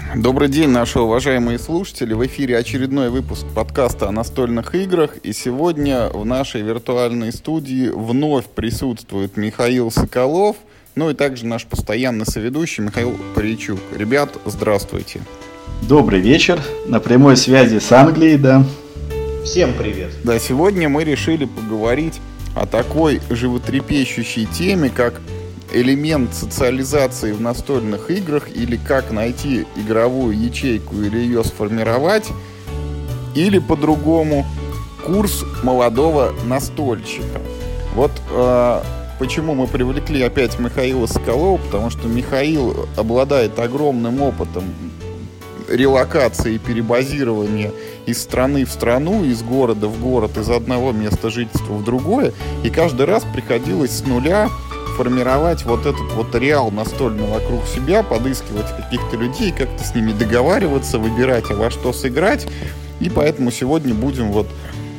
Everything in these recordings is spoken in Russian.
Добрый день, наши уважаемые слушатели. В эфире очередной выпуск подкаста о настольных играх. И сегодня в нашей виртуальной студии вновь присутствует Михаил Соколов, ну и также наш постоянный соведущий Михаил Паричук. Ребят, здравствуйте. Добрый вечер. На прямой связи с Англией, да. Всем привет. Да, сегодня мы решили поговорить о такой животрепещущей теме, как элемент социализации в настольных играх, или как найти игровую ячейку или ее сформировать, или по-другому курс молодого настольщика. Вот почему мы привлекли опять Михаила Соколова, потому что Михаил обладает огромным опытом релокации и перебазирования из страны в страну, из города в город, из одного места жительства в другое, и каждый раз приходилось с нуля формировать вот этот вот реал настольный вокруг себя, подыскивать каких-то людей, как-то с ними договариваться, выбирать, а во что сыграть. И поэтому сегодня будем вот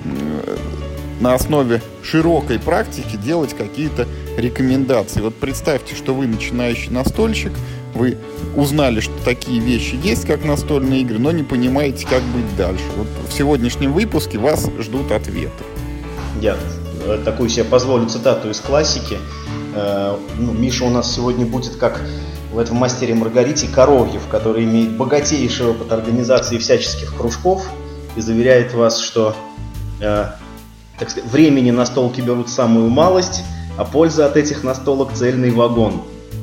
на основе широкой практики делать какие-то рекомендации. Вот представьте, что вы начинающий настольщик, вы узнали, что такие вещи есть, как настольные игры, но не понимаете, как быть дальше. Вот в сегодняшнем выпуске вас ждут ответы. Я такую себе позволю цитату из классики. Миша у нас сегодня будет как в этом «Мастере и Маргарите» Коровьев, который имеет богатейший опыт организации всяческих кружков и заверяет вас, что так сказать, времени настолки берут самую малость, а польза от этих настолок цельный вагон.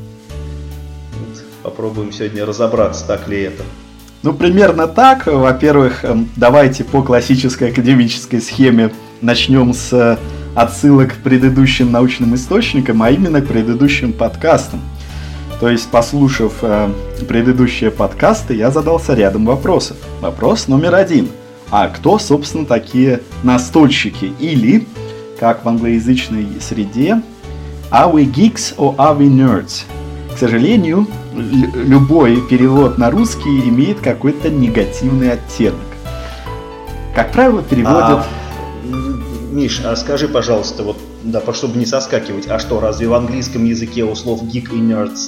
Вот, попробуем сегодня разобраться, так ли это. Ну, примерно так. Во-первых, давайте по классической академической схеме начнем с отсылок к предыдущим научным источникам, а именно к предыдущим подкастам. То есть, послушав предыдущие подкасты, я задался рядом вопросов. Вопрос номер 1. А кто, собственно, такие настольщики? Или, как в англоязычной среде, are we geeks or are we nerds? К сожалению, любой перевод на русский имеет какой-то негативный оттенок. Как правило, переводят... Миш, а скажи, пожалуйста, вот, да, чтобы не соскакивать, а что, разве в английском языке у слов geek и nerds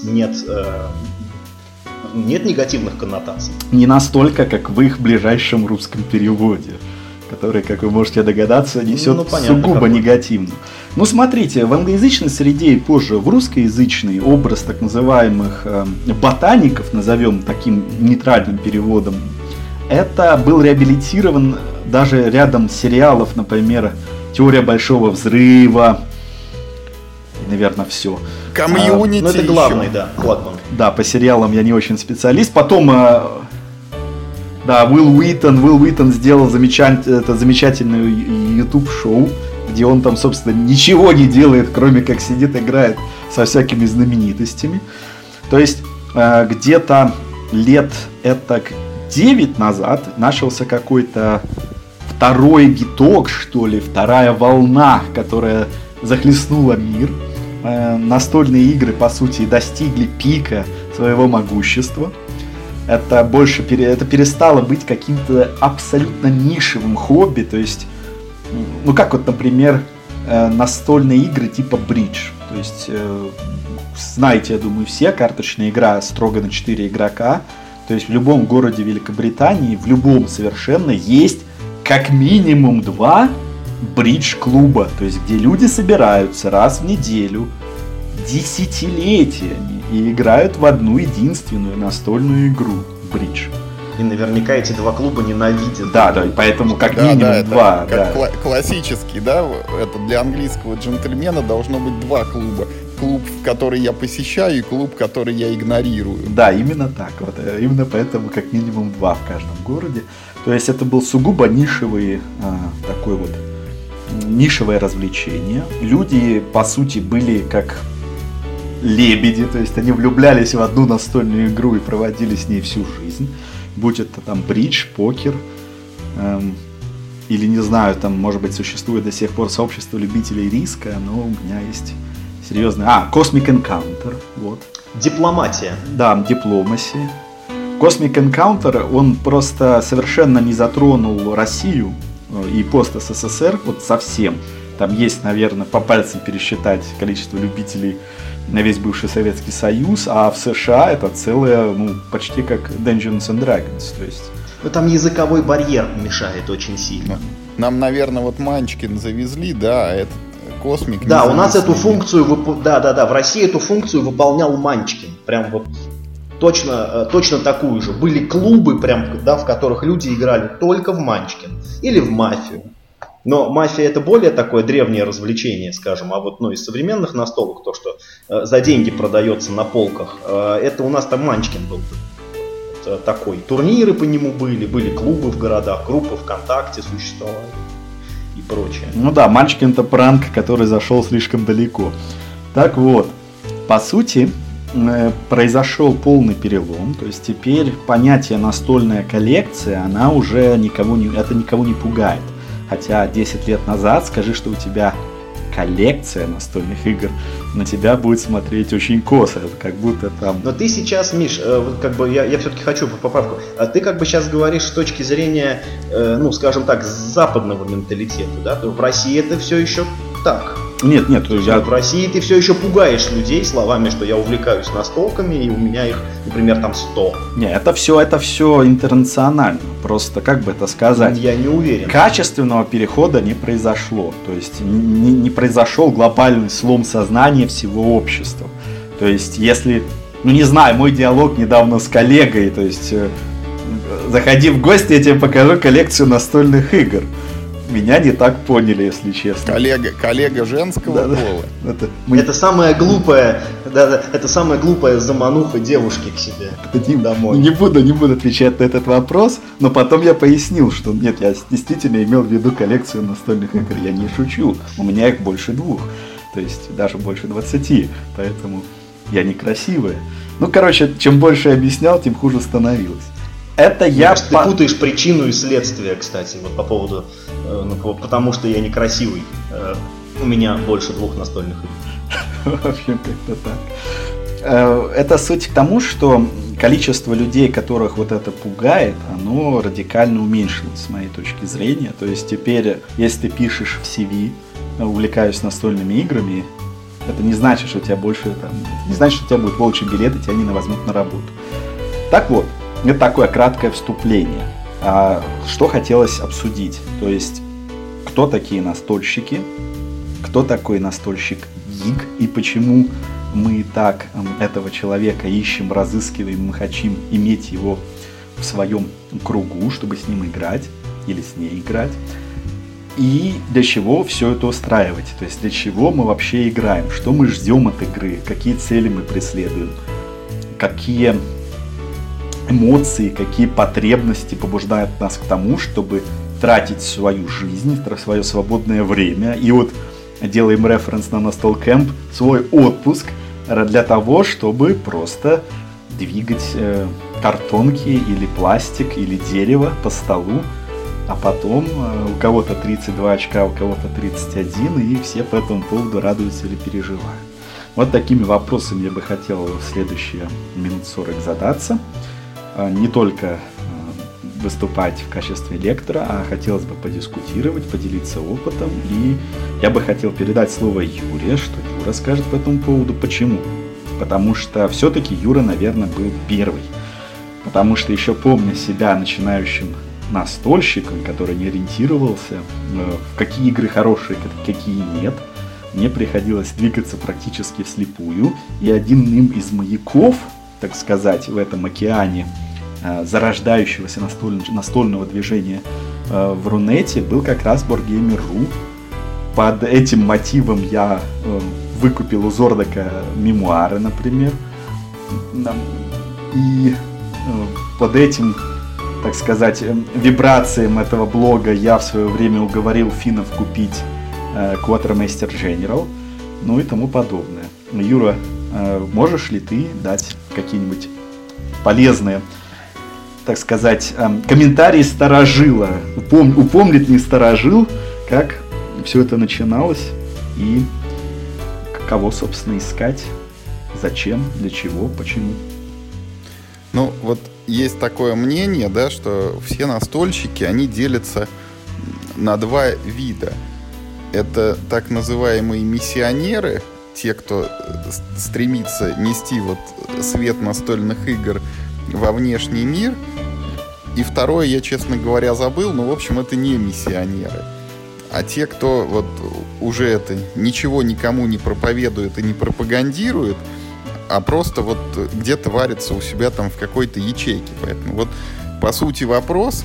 нет негативных коннотаций? Не настолько, как в их ближайшем русском переводе, который, как вы можете догадаться, несет сугубо негативно. Ну, смотрите, в англоязычной среде и позже в русскоязычный образ так называемых ботаников, назовем таким нейтральным переводом, это был реабилитирован даже рядом сериалов, например, «Теория большого взрыва», и, наверное, все. Комьюнити. Ну, это главный, да, флагман. Да, по сериалам я не очень специалист. Потом, да, Уилл Уитон сделал замечательное YouTube-шоу, где он там, собственно, ничего не делает, кроме как сидит, играет со всякими знаменитостями. То есть, где-то лет 9 назад начался какой-то второй виток, что ли, вторая волна, которая захлестнула мир. Настольные игры, по сути, достигли пика своего могущества. Это перестало быть каким-то абсолютно нишевым хобби. То есть, ну как вот, например, настольные игры типа бридж. То есть, знаете, я думаю, все, карточная игра строго на 4 игрока. То есть в любом городе Великобритании, в любом совершенно, есть как минимум 2 бридж-клуба. То есть где люди собираются раз в неделю, десятилетиями, и играют в одну единственную настольную игру бридж. И наверняка эти 2 клуба ненавидят. Да, поэтому как минимум 2. Как классический, да, это для английского джентльмена должно быть 2 клуба. Клуб, который я посещаю, и клуб, который я игнорирую. Да, именно так. Вот, именно поэтому как минимум 2 в каждом городе. То есть это был сугубо нишевое развлечение. Люди, по сути, были как лебеди, то есть они влюблялись в одну настольную игру и проводили с ней всю жизнь. Будь это там бридж, покер, или, не знаю, там, может быть, существует до сих пор сообщество любителей риска, но у меня есть серьезное... Cosmic Encounter, вот. Дипломатия. Да, дипломасия. Cosmic Encounter, он просто совершенно не затронул Россию и пост-СССР, вот совсем. Там есть, наверное, по пальцам пересчитать количество любителей на весь бывший Советский Союз, а в США это целое, почти как Dungeons and Dragons, то есть... Ну, там языковой барьер мешает очень сильно. Нам, наверное, вот Манчкин завезли, да, этот Космик. Да, у нас эту функцию, в России эту функцию выполнял Манчкин. Прям вот точно такую же. Были клубы, прям, да, в которых люди играли только в Манчкин или в Мафию. Но Мафия это более такое древнее развлечение, скажем, а вот из современных настолок, то, что за деньги продается на полках, это у нас там Манчкин был такой. Турниры по нему были клубы в городах, группы ВКонтакте существовали и прочее. Ну да, Манчкин это пранк, который зашел слишком далеко. Так вот, по сути, произошел полный перелом, то есть теперь понятие настольная коллекция, она уже никого не пугает. Хотя 10 лет назад скажи, что у тебя коллекция настольных игр, на тебя будет смотреть очень косо, как будто там... Но ты сейчас, Миш, я все-таки хочу поправку, ты сейчас говоришь с точки зрения, скажем так, западного менталитета, да? В России это все еще так. Нет, в России ты все еще пугаешь людей словами, что я увлекаюсь настолками, и у меня их, например, там 100. Нет, это все интернационально. Просто, как бы это сказать? Я не уверен. Качественного перехода не произошло. То есть не произошел глобальный слом сознания всего общества. То есть, если, не знаю, мой диалог недавно с коллегой, то есть, заходи в гости, я тебе покажу коллекцию настольных игр. Меня не так поняли, если честно. Коллега женского пола. Это самая глупая, это самая глупая замануха девушки к себе домой. Не буду отвечать на этот вопрос, но потом я пояснил, что нет, я действительно имел в виду коллекцию настольных игр. Я не шучу. У меня их больше 2. То есть даже больше 20. Поэтому я некрасивая. Чем больше я объяснял, тем хуже становилось. Ты путаешь причину и следствие, кстати, вот по поводу, потому что я некрасивый. У меня больше 2 настольных игр. В общем, как-то так. Это суть к тому, что количество людей, которых вот это пугает, оно радикально уменьшилось, с моей точки зрения. То есть теперь, если ты пишешь в CV, увлекаюсь настольными играми, это не значит, что у тебя будет волчий билет, и тебя не возьмут на работу. Так вот. Это такое краткое вступление. Что хотелось обсудить? То есть, кто такие настольщики, кто такой настольщик-гик, и почему мы так этого человека ищем, разыскиваем, мы хотим иметь его в своем кругу, чтобы с ним играть или с ней играть. И для чего все это устраивать? То есть, для чего мы вообще играем? Что мы ждем от игры? Какие цели мы преследуем? Какие эмоции, какие потребности побуждают нас к тому, чтобы тратить свою жизнь, свое свободное время. И вот делаем референс на Настол Кэмп, свой отпуск для того, чтобы просто двигать картонки или пластик или дерево по столу, а потом у кого-то 32 очка, у кого-то 31, и все по этому поводу радуются или переживают. Вот такими вопросами я бы хотел в следующие минут 40 задаться. Не только выступать в качестве лектора, а хотелось бы подискутировать, поделиться опытом. И я бы хотел передать слово Юре, что Юра скажет по этому поводу. Почему? Потому что все-таки Юра, наверное, был первый. Потому что еще помня себя начинающим настольщиком, который не ориентировался, в какие игры хорошие, какие нет, мне приходилось двигаться практически вслепую. И одним из маяков, так сказать, в этом океане зарождающегося настольного движения в Рунете был как раз Boardgamer.ru. Под этим мотивом я выкупил у Зордака мемуары, например. И под этим, так сказать, вибрациям этого блога я в свое время уговорил финнов купить Quartermaster General, ну и тому подобное. Юра, можешь ли ты дать какие-нибудь полезные, так сказать, комментарии старожила? Упомнит ли старожил, как все это начиналось и кого, собственно, искать, зачем, для чего, почему? Ну, вот есть такое мнение, да, что все настольщики, они делятся на два вида. Это так называемые миссионеры, те, кто стремится нести вот свет настольных игр во внешний мир. И второе, я, честно говоря, забыл, но, в общем, это не миссионеры. А те, кто вот уже это ничего никому не проповедует и не пропагандирует, а просто вот где-то варится у себя там в какой-то ячейке. Поэтому вот, по сути, вопрос,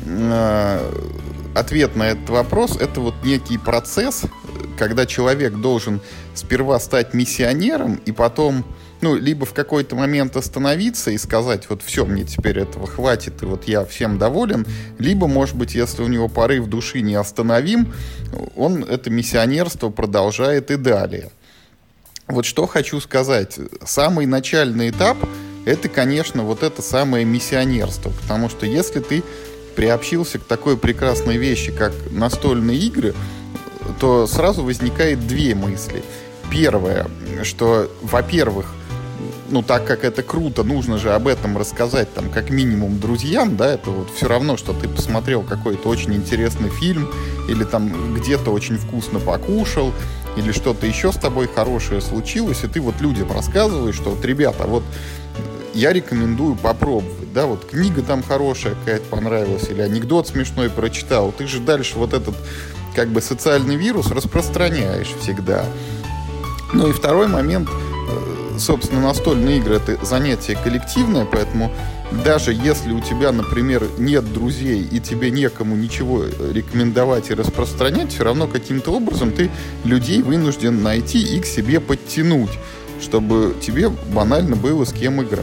ответ на этот вопрос, это вот некий процесс, когда человек должен сперва стать миссионером и потом, либо в какой-то момент остановиться и сказать, вот все, мне теперь этого хватит, и вот я всем доволен, либо, может быть, если у него порыв души неостановим, он это миссионерство продолжает и далее. Вот что хочу сказать. Самый начальный этап — это, конечно, вот это самое миссионерство, потому что если ты приобщился к такой прекрасной вещи, как настольные игры, то сразу возникает две мысли. Первое, что, во-первых, так как это круто, нужно же об этом рассказать, там, как минимум друзьям, да, это вот все равно, что ты посмотрел какой-то очень интересный фильм, или там где-то очень вкусно покушал, или что-то еще с тобой хорошее случилось, и ты вот людям рассказываешь, что вот, ребята, вот я рекомендую попробовать, да, вот книга там хорошая какая-то понравилась, или анекдот смешной прочитал, ты же дальше вот этот, как бы, социальный вирус распространяешь всегда. И второй момент, собственно, настольные игры — это занятие коллективное, поэтому даже если у тебя, например, нет друзей и тебе некому ничего рекомендовать и распространять, все равно каким-то образом ты людей вынужден найти и к себе подтянуть, чтобы тебе банально было с кем играть.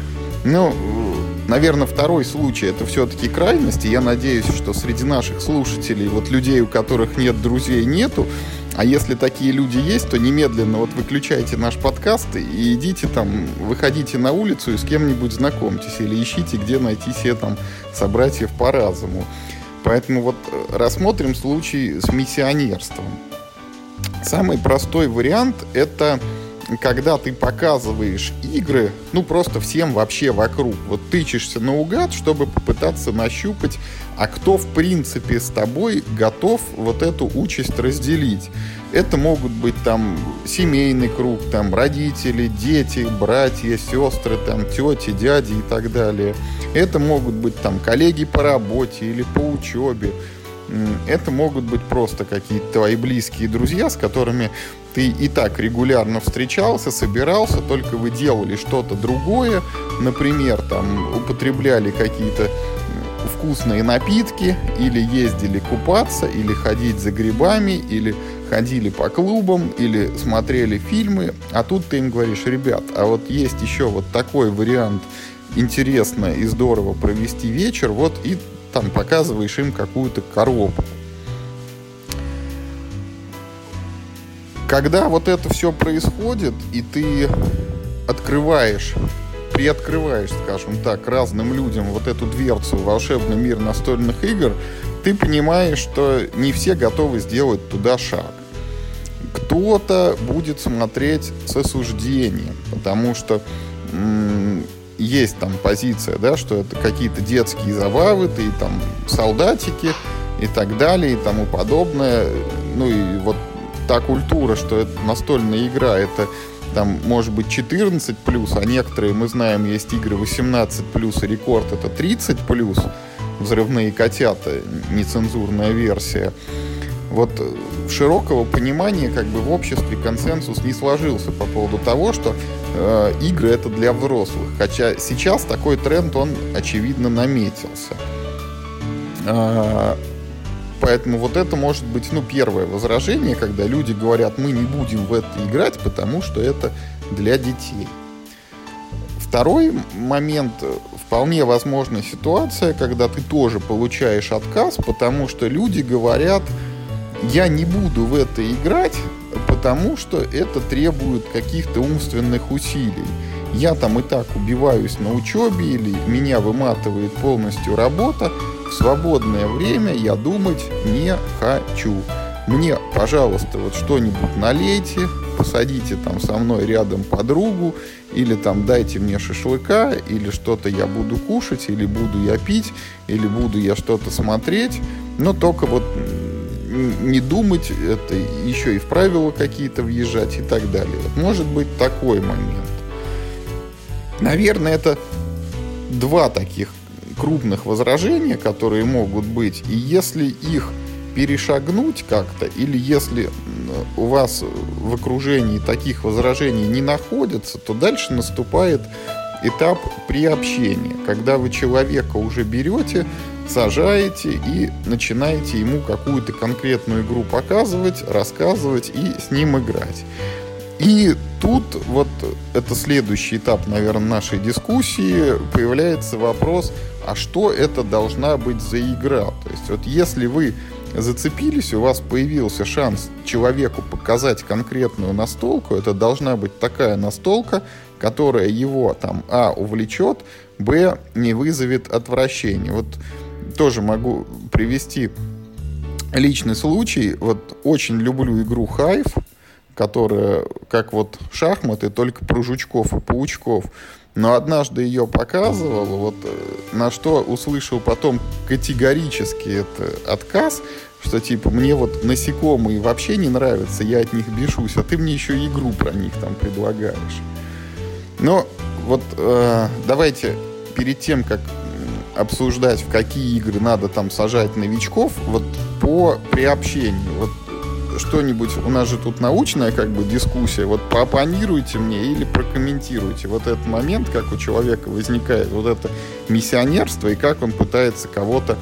Наверное, второй случай — это все-таки крайности. Я надеюсь, что среди наших слушателей вот людей, у которых нет друзей, нету. А если такие люди есть, то немедленно вот выключайте наш подкаст и идите там, выходите на улицу и с кем-нибудь знакомьтесь. Или ищите, где найти себе там собратьев по разуму. Поэтому вот рассмотрим случай с миссионерством. Самый простой вариант — это когда ты показываешь игры, просто всем вообще вокруг. Вот тычешься наугад, чтобы попытаться нащупать, а кто, в принципе, с тобой готов вот эту участь разделить. Это могут быть там семейный круг, там родители, дети, братья, сестры, там тети, дяди и так далее. Это могут быть там коллеги по работе или по учебе. Это могут быть просто какие-то твои близкие друзья, с которыми ты и так регулярно встречался, собирался, только вы делали что-то другое. Например, там употребляли какие-то вкусные напитки, или ездили купаться, или ходить за грибами, или ходили по клубам, или смотрели фильмы. А тут ты им говоришь: ребят, а вот есть еще вот такой вариант, интересно и здорово провести вечер, вот, и там показываешь им какую-то коробку. Когда вот это все происходит, и ты приоткрываешь, скажем так, разным людям вот эту дверцу в волшебный мир настольных игр, ты понимаешь, что не все готовы сделать туда шаг. Кто-то будет смотреть с осуждением, потому что есть там позиция, да, что это какие-то детские забавы, ты там солдатики и так далее и тому подобное. И вот та культура, что это настольная игра, это там может быть 14+, а некоторые, мы знаем, есть игры 18+, и рекорд это 30+, взрывные котята, нецензурная версия. Вот широкого понимания как бы в обществе консенсус не сложился по поводу того, что игры это для взрослых. Хотя сейчас такой тренд, он очевидно наметился. Поэтому вот это может быть, первое возражение, когда люди говорят: мы не будем в это играть, потому что это для детей. Второй момент, вполне возможная ситуация, когда ты тоже получаешь отказ, потому что люди говорят: я не буду в это играть, потому что это требует каких-то умственных усилий. Я там и так убиваюсь на учебе, или меня выматывает полностью работа. В свободное время я думать не хочу. Мне, пожалуйста, вот что-нибудь налейте, посадите там со мной рядом подругу, или там дайте мне шашлыка, или что-то я буду кушать, или буду я пить, или буду я что-то смотреть, но только вот не думать, это еще и в правила какие-то въезжать и так далее. Может быть такой момент. Наверное, это два таких крупных возражения, которые могут быть. И если их перешагнуть как-то, или если у вас в окружении таких возражений не находится, то дальше наступает этап приобщения, когда вы человека уже берете, сажаете и начинаете ему какую-то конкретную игру показывать, рассказывать и с ним играть. И тут вот это следующий этап, наверное, нашей дискуссии, появляется вопрос, а что это должна быть за игра? То есть вот если вы зацепились, у вас появился шанс человеку показать конкретную настолку, это должна быть такая настолка, которая его там, увлечет, не вызовет отвращения. Вот тоже могу привести личный случай. Вот очень люблю игру Hive, которая как вот шахматы, только про жучков и паучков. Но однажды ее показывал, вот на что услышал потом категорически отказ, что типа мне вот насекомые вообще не нравятся, я от них бешусь, а ты мне еще игру про них там предлагаешь. Но вот давайте перед тем, как обсуждать, в какие игры надо там сажать новичков, вот по приобщению, вот что-нибудь, у нас же тут научная как бы дискуссия, вот пооппонируйте мне или прокомментируйте вот этот момент, как у человека возникает вот это миссионерство и как он пытается кого-то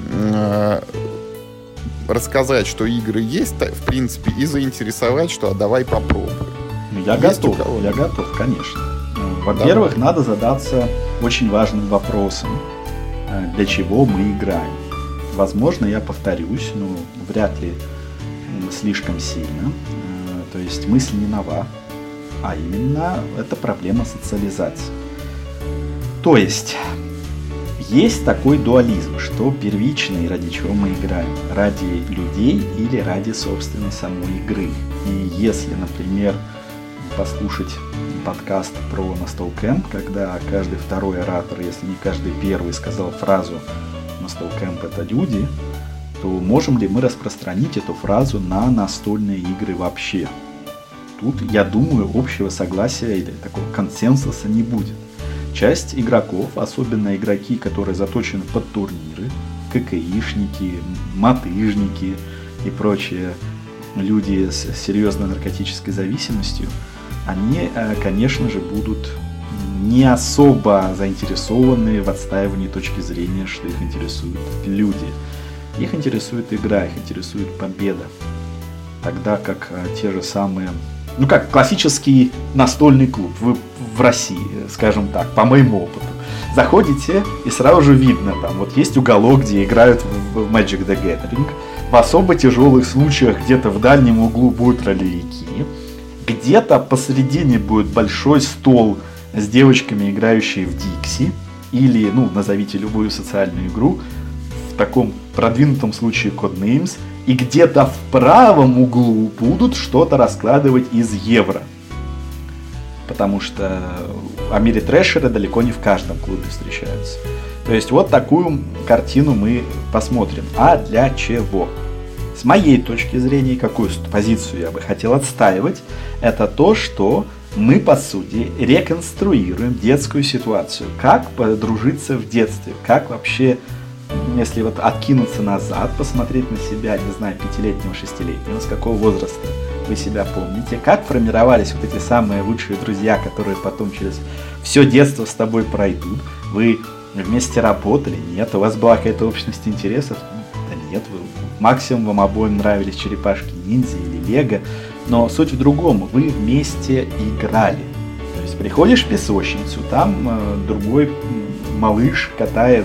рассказать, что игры есть, в принципе, и заинтересовать, что давай попробуем. Я готов, конечно. Во-первых, надо задаться очень важным вопросом, для чего мы играем. Возможно, я повторюсь, но вряд ли слишком сильно. То есть мысль не нова, а именно это проблема социализации. То есть такой дуализм, что первичный, ради чего мы играем, ради людей или ради, собственно, самой игры. И если, например, послушать подкаст про Настол Кэмп, когда каждый второй оратор, если не каждый первый, сказал фразу «Настол Кэмп — это люди», то можем ли мы распространить эту фразу на настольные игры вообще? Тут, я думаю, общего согласия или такого консенсуса не будет. Часть игроков, особенно игроки, которые заточены под турниры, ККИшники, мотыжники и прочие люди с серьезной наркотической зависимостью, они, конечно же, будут не особо заинтересованы в отстаивании точки зрения, что их интересуют люди. Их интересует игра, их интересует победа. Тогда как те же самые... как классический настольный клуб в России, скажем так, по моему опыту. Заходите, и сразу же видно, там вот есть уголок, где играют в Magic the Gathering. В особо тяжелых случаях где-то в дальнем углу будут ролевики. Где-то посередине будет большой стол с девочками, играющие в Dixie. Или, назовите любую социальную игру. В таком продвинутом случае Codenames. И где-то в правом углу будут что-то раскладывать из евро. Потому что америтрэшеры далеко не в каждом клубе встречаются. То есть вот такую картину мы посмотрим. А для чего? С моей точки зрения, какую позицию я бы хотел отстаивать, это то, что мы, по сути, реконструируем детскую ситуацию. Как подружиться в детстве, как вообще... Если вот откинуться назад, посмотреть на себя, не знаю, 5-летнего, 6-летнего, с какого возраста вы себя помните, как формировались вот эти самые лучшие друзья, которые потом через все детство с тобой пройдут, вы вместе работали, нет, у вас была какая-то общность интересов, да нет, максимум вам обоим нравились черепашки-ниндзя или лего, но суть в другом, вы вместе играли. То есть приходишь в песочницу, там другой малыш катает...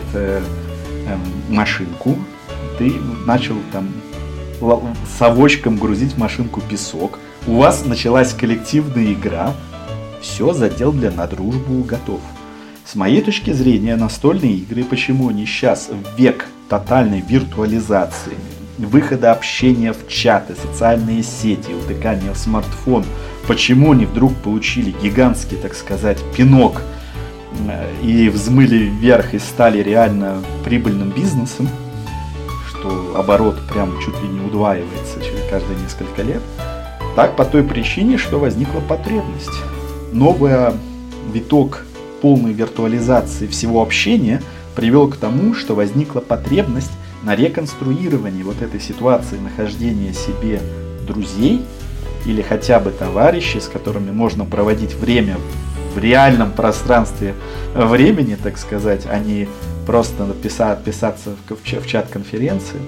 машинку, ты начал там совочком грузить в машинку песок, у вас началась коллективная игра, все, задел на дружбу готов. С моей точки зрения, настольные игры, почему они сейчас в век тотальной виртуализации, выхода общения в чаты, социальные сети, утыкания в смартфон, почему они вдруг получили гигантский, так сказать, пинок и взмыли вверх и стали реально прибыльным бизнесом, что что оборот прям чуть ли не удваивается через каждые несколько лет, так по той причине, что возникла потребность. Новый виток полной виртуализации всего общения привел к тому, что возникла потребность на реконструировании вот этой ситуации нахождения себе друзей или хотя бы товарищей, с которыми можно проводить время в реальном пространстве времени, так сказать, а не просто писаться в чат-конференции,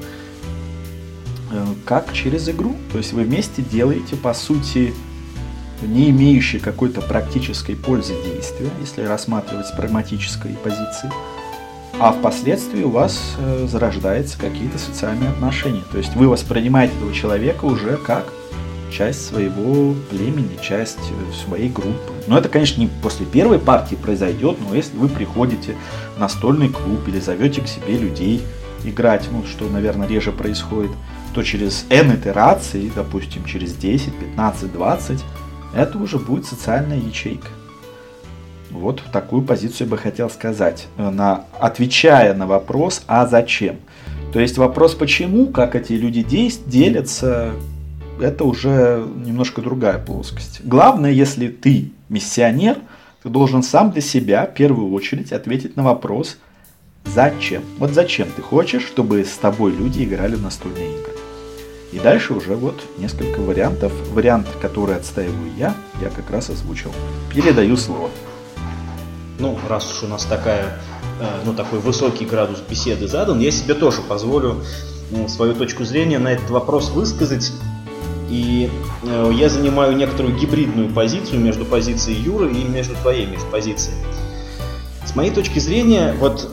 как через игру. То есть вы вместе делаете, по сути, не имеющие какой-то практической пользы действия, если рассматривать с прагматической позиции, а впоследствии у вас зарождаются какие-то социальные отношения. То есть вы воспринимаете этого человека уже как часть своего племени, часть своей группы. Но это, конечно, не после первой партии произойдет, но если вы приходите в настольный клуб или зовете к себе людей играть, ну, что, наверное, реже происходит, то через N итераций, допустим, через 10, 15, 20, это уже будет социальная ячейка. Вот такую позицию я бы хотел сказать, отвечая на вопрос «а зачем?». То есть вопрос «почему?», как эти люди делятся, это уже немножко другая плоскость. Главное, если ты миссионер, ты должен сам для себя в первую очередь ответить на вопрос «зачем?». Вот зачем ты хочешь, чтобы с тобой люди играли в настольные игры? И дальше уже вот несколько вариантов. Вариант, который отстаиваю я как раз озвучил. Передаю слово. Ну, раз уж у нас такой высокий градус беседы задан, я себе тоже позволю свою точку зрения на этот вопрос высказать. И я занимаю некоторую гибридную позицию между позицией Юры и между твоей позицией. С моей точки зрения,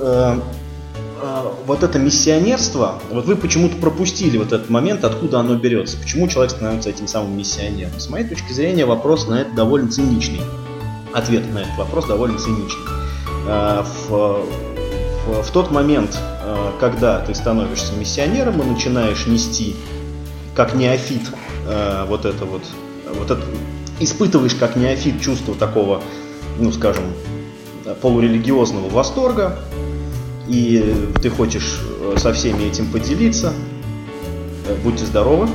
вот это миссионерство, вот вы почему-то пропустили вот этот момент, откуда оно берется, почему человек становится этим самым миссионером. С моей точки зрения, вопрос на это довольно циничный. Ответ на этот вопрос довольно циничный. В тот момент, когда ты становишься миссионером и начинаешь нести как неофит испытываешь как неофит чувство такого, ну скажем, полурелигиозного восторга, и ты хочешь со всеми этим поделиться. Будьте здоровы.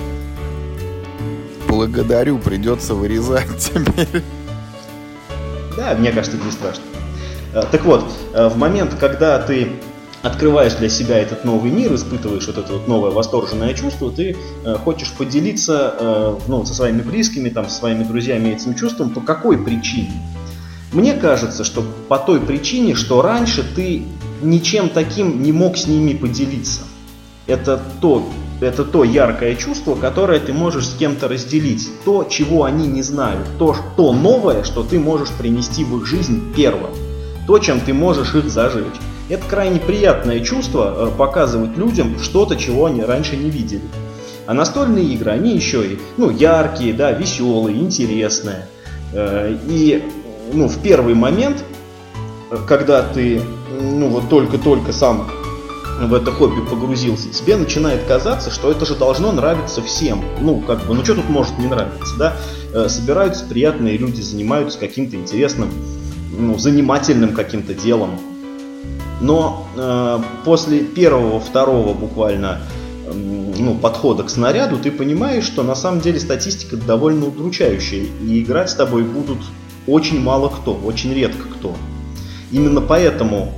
Благодарю, придется вырезать теперь. Да, мне кажется, это не страшно. Так вот, в момент, когда ты открываешь для себя этот новый мир, испытываешь вот это вот новое восторженное чувство, ты хочешь поделиться со своими близкими, со своими друзьями этим чувством. По какой причине? Мне кажется, что по той причине, что раньше ты ничем таким не мог с ними поделиться. Это то яркое чувство, которое ты можешь с кем-то разделить. То, чего они не знают. То новое, что ты можешь принести в их жизнь первым. То, чем ты можешь их зажечь. Это крайне приятное чувство показывать людям что-то, чего они раньше не видели. А настольные игры, они еще и яркие, да, веселые, интересные. И в первый момент, когда ты только-только сам в это хобби погрузился, тебе начинает казаться, что это же должно нравиться всем. Что тут может не нравиться, да? Собираются приятные люди, занимаются каким-то интересным, занимательным каким-то делом. Но после первого, второго буквально подхода к снаряду ты понимаешь, что на самом деле статистика довольно удручающая, и играть с тобой будут очень мало кто, очень редко кто. Именно поэтому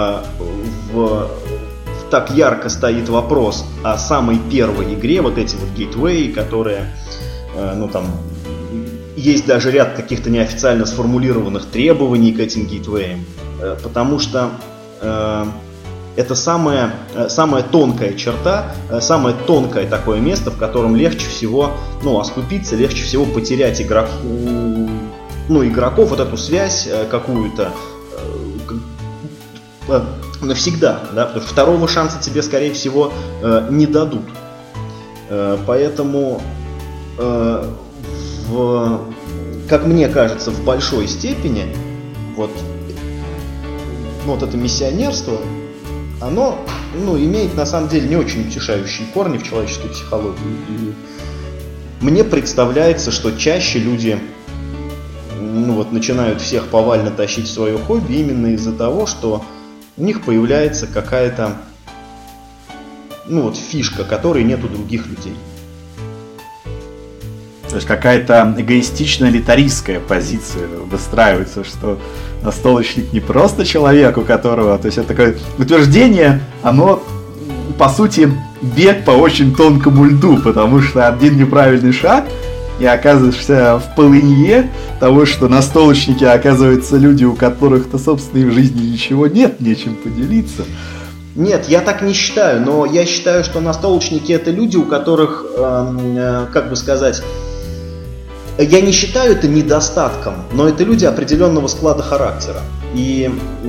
так ярко стоит вопрос о самой первой игре, вот эти вот гейтвеи, которые, есть даже ряд каких-то неофициально сформулированных требований к этим гейтвеям, потому что это самая тонкая черта, самое тонкое такое место, в котором легче всего оступиться, легче всего потерять игроков, вот эту связь какую-то навсегда, да, потому что второго шанса тебе, скорее всего, не дадут. Поэтому, как мне кажется, в большой степени вот это миссионерство, оно имеет на самом деле не очень утешающие корни в человеческой психологии. И мне представляется, что чаще люди начинают всех повально тащить в свое хобби именно из-за того, что у них появляется какая-то фишка, которой нет у других людей. То есть какая-то эгоистичная элитаристская позиция выстраивается, что настолочник не просто человек, у которого... То есть это такое утверждение, оно, по сути, бег по очень тонкому льду, потому что один неправильный шаг, и оказываешься в полынье того, что настолочники, оказываются люди, у которых-то, собственно, и в жизни ничего нет, нечем поделиться. Нет, я так не считаю, но я считаю, что настолочники — это люди, у которых, я не считаю это недостатком, но это люди определенного склада характера. И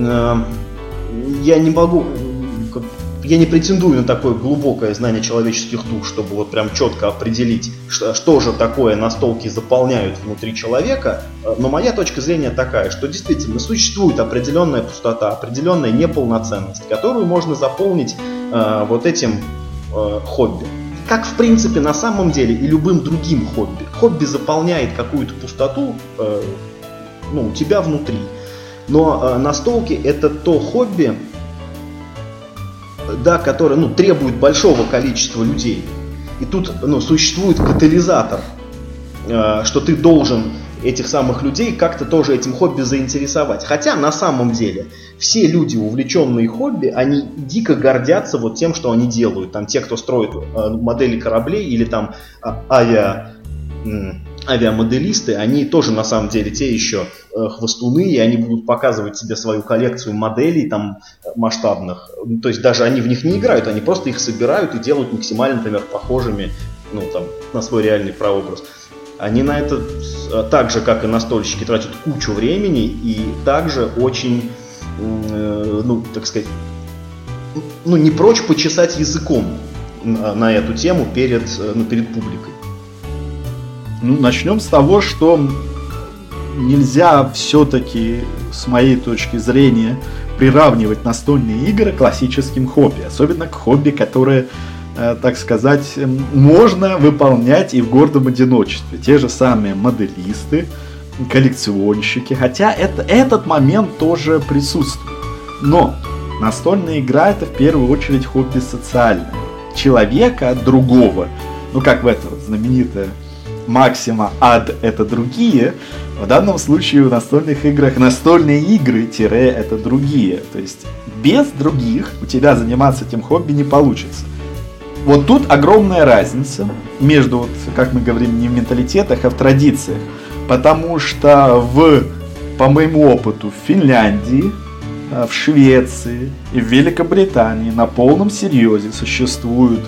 я не претендую на такое глубокое знание человеческих душ, чтобы вот прям четко определить, что же такое настолки заполняют внутри человека. Но моя точка зрения такая, что действительно существует определенная пустота, определенная неполноценность, которую можно заполнить вот этим хобби. Как, в принципе, на самом деле и любым другим хобби. Хобби заполняет какую-то пустоту у тебя внутри. Но настолки — это то хобби, да, которое требует большого количества людей. И тут существует катализатор, что ты должен этих самых людей как-то тоже этим хобби заинтересовать. Хотя на самом деле все люди, увлеченные хобби, они дико гордятся вот тем, что они делают. Там те, кто строит модели кораблей или там авиамоделисты, они тоже на самом деле те еще хвостуны, и они будут показывать тебе свою коллекцию моделей там масштабных. То есть даже они в них не играют, они просто их собирают и делают максимально, например, похожими на свой реальный прообраз. Они на это, так же как и настольщики, тратят кучу времени и также очень, не прочь почесать языком на эту тему перед публикой. Начнем с того, что нельзя все-таки, с моей точки зрения, приравнивать настольные игры к классическим хобби. Особенно к хобби, которые, так сказать, можно выполнять и в гордом одиночестве. Те же самые моделисты, коллекционщики. Хотя этот момент тоже присутствует. Но настольная игра — это в первую очередь хобби социальное. Человека другого, как в этом знаменитая максима «ад — это другие», в данном случае в настольных играх настольные игры — это другие. То есть без других у тебя заниматься этим хобби не получится. Вот тут огромная разница между, как мы говорим, не в менталитетах, а в традициях. Потому что по моему опыту, в Финляндии, в Швеции и в Великобритании на полном серьезе существуют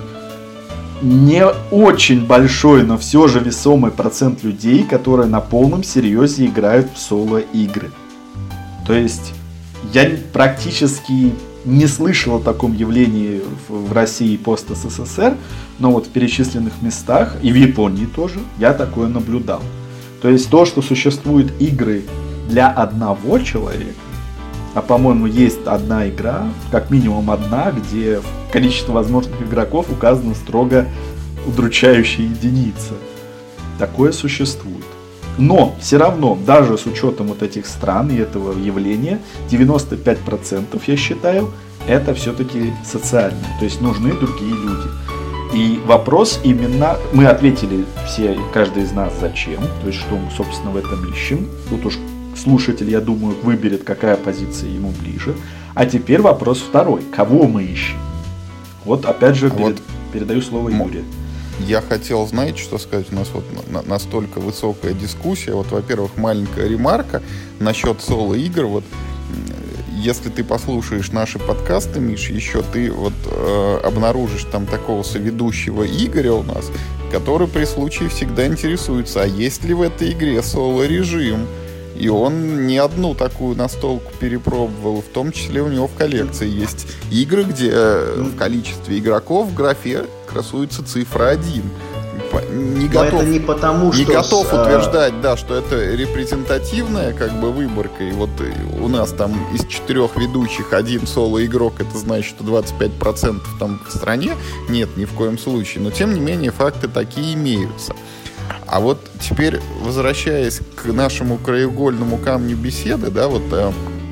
не очень большой, но все же весомый процент людей, которые на полном серьезе играют в соло-игры. То есть я практически не слышал о таком явлении в России пост-СССР, но вот в перечисленных местах, и в Японии тоже, я такое наблюдал. То есть то, что существуют игры для одного человека, а по-моему есть одна игра, как минимум одна, где количество возможных игроков указано строго удручающая единица. Такое существует. Но все равно, даже с учетом вот этих стран и этого явления, 95%, я считаю, это все-таки социальное. То есть нужны другие люди. И вопрос именно, мы ответили все, каждый из нас, зачем, то есть что мы, собственно, в этом ищем. Тут уж слушатель, я думаю, выберет, какая позиция ему ближе. А теперь вопрос второй. Кого мы ищем? Вот опять же передаю слово Юрию. Я хотел, знаете, что сказать? У нас вот настолько высокая дискуссия. Вот, во-первых, маленькая ремарка насчет соло-игр. Вот, если ты послушаешь наши подкасты, Миш, еще ты вот обнаружишь там такого соведущего Игоря у нас, который при случае всегда интересуется, а есть ли в этой игре соло-режим. И он не одну такую настолку перепробовал, в том числе у него в коллекции есть игры, где в количестве игроков в графе красуется цифра 1. Не готов утверждать, да, что это репрезентативная выборка. И вот у нас там из 4 ведущих один соло-игрок, это значит, что 25% там в стране. Нет, ни в коем случае. Но тем не менее факты такие имеются. А вот теперь, возвращаясь к нашему краеугольному камню беседы, да, вот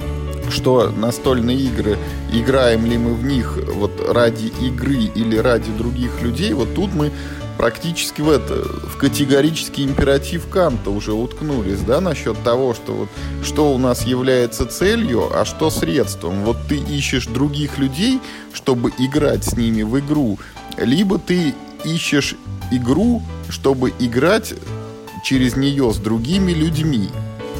что настольные игры, играем ли мы в них вот ради игры или ради других людей, вот тут мы практически в категорический императив Канта уже уткнулись, да, насчет того, что вот что у нас является целью, а что средством. Вот ты ищешь других людей, чтобы играть с ними в игру, либо ты ищешь игру, чтобы играть через нее с другими людьми.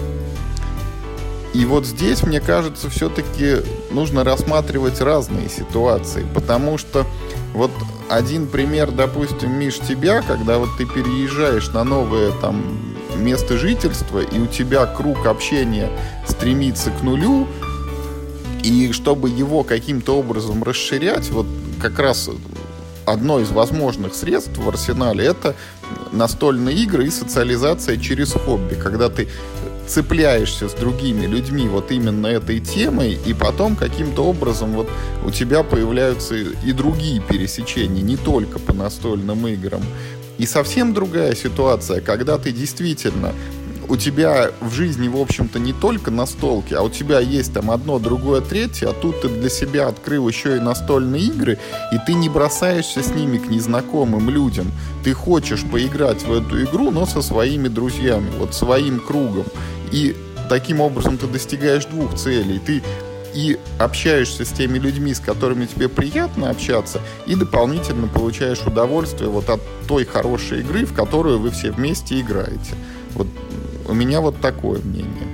И вот здесь, мне кажется, все-таки нужно рассматривать разные ситуации, потому что вот один пример, допустим, Миш, тебя, когда вот ты переезжаешь на новое там место жительства, и у тебя круг общения стремится к нулю, и чтобы его каким-то образом расширять, вот как раз одно из возможных средств в арсенале — это настольные игры и социализация через хобби, когда ты цепляешься с другими людьми вот именно этой темой, и потом каким-то образом вот у тебя появляются и другие пересечения, не только по настольным играм. И совсем другая ситуация, когда ты действительно, у тебя в жизни, в общем-то, не только настолки, а у тебя есть там одно, другое, третье, а тут ты для себя открыл еще и настольные игры, и ты не бросаешься с ними к незнакомым людям. Ты хочешь поиграть в эту игру, но со своими друзьями, вот своим кругом. И таким образом ты достигаешь двух целей. Ты и общаешься с теми людьми, с которыми тебе приятно общаться, и дополнительно получаешь удовольствие вот от той хорошей игры, в которую вы все вместе играете. Вот у меня вот такое мнение.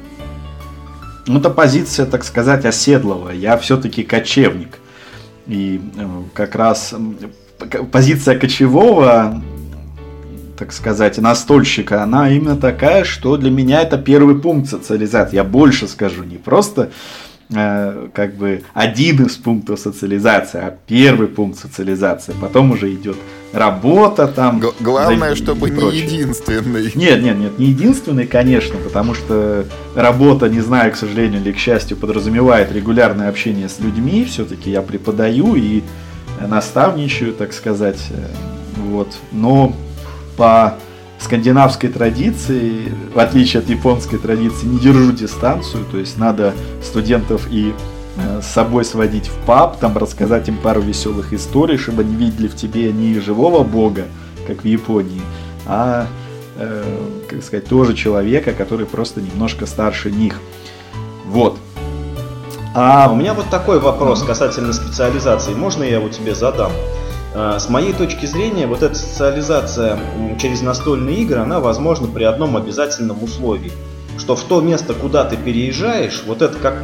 Ну, это позиция, так сказать, оседлого. Я все-таки кочевник. И как раз позиция кочевого, так сказать, настольщика, она именно такая, что для меня это первый пункт социализации. Я больше скажу, не просто как бы один из пунктов социализации, а первый пункт социализации. Потом уже идет работа там. Главное, чтобы не единственный. Нет, не единственный, конечно, потому что работа, не знаю, к сожалению или к счастью, подразумевает регулярное общение с людьми. Все-таки я преподаю и наставничаю, так сказать. Вот. Но по скандинавской традиции, в отличие от японской традиции, не держу дистанцию, то есть надо студентов и с собой сводить в паб, там рассказать им пару веселых историй, чтобы они видели в тебе не живого бога, как в Японии, а, как сказать, тоже человека, который просто немножко старше них. Вот. У меня вот такой вопрос касательно специализации. Можно я его тебе задам? С моей точки зрения, вот эта социализация через настольные игры, она возможна при одном обязательном условии. Что в то место, куда ты переезжаешь, вот это как,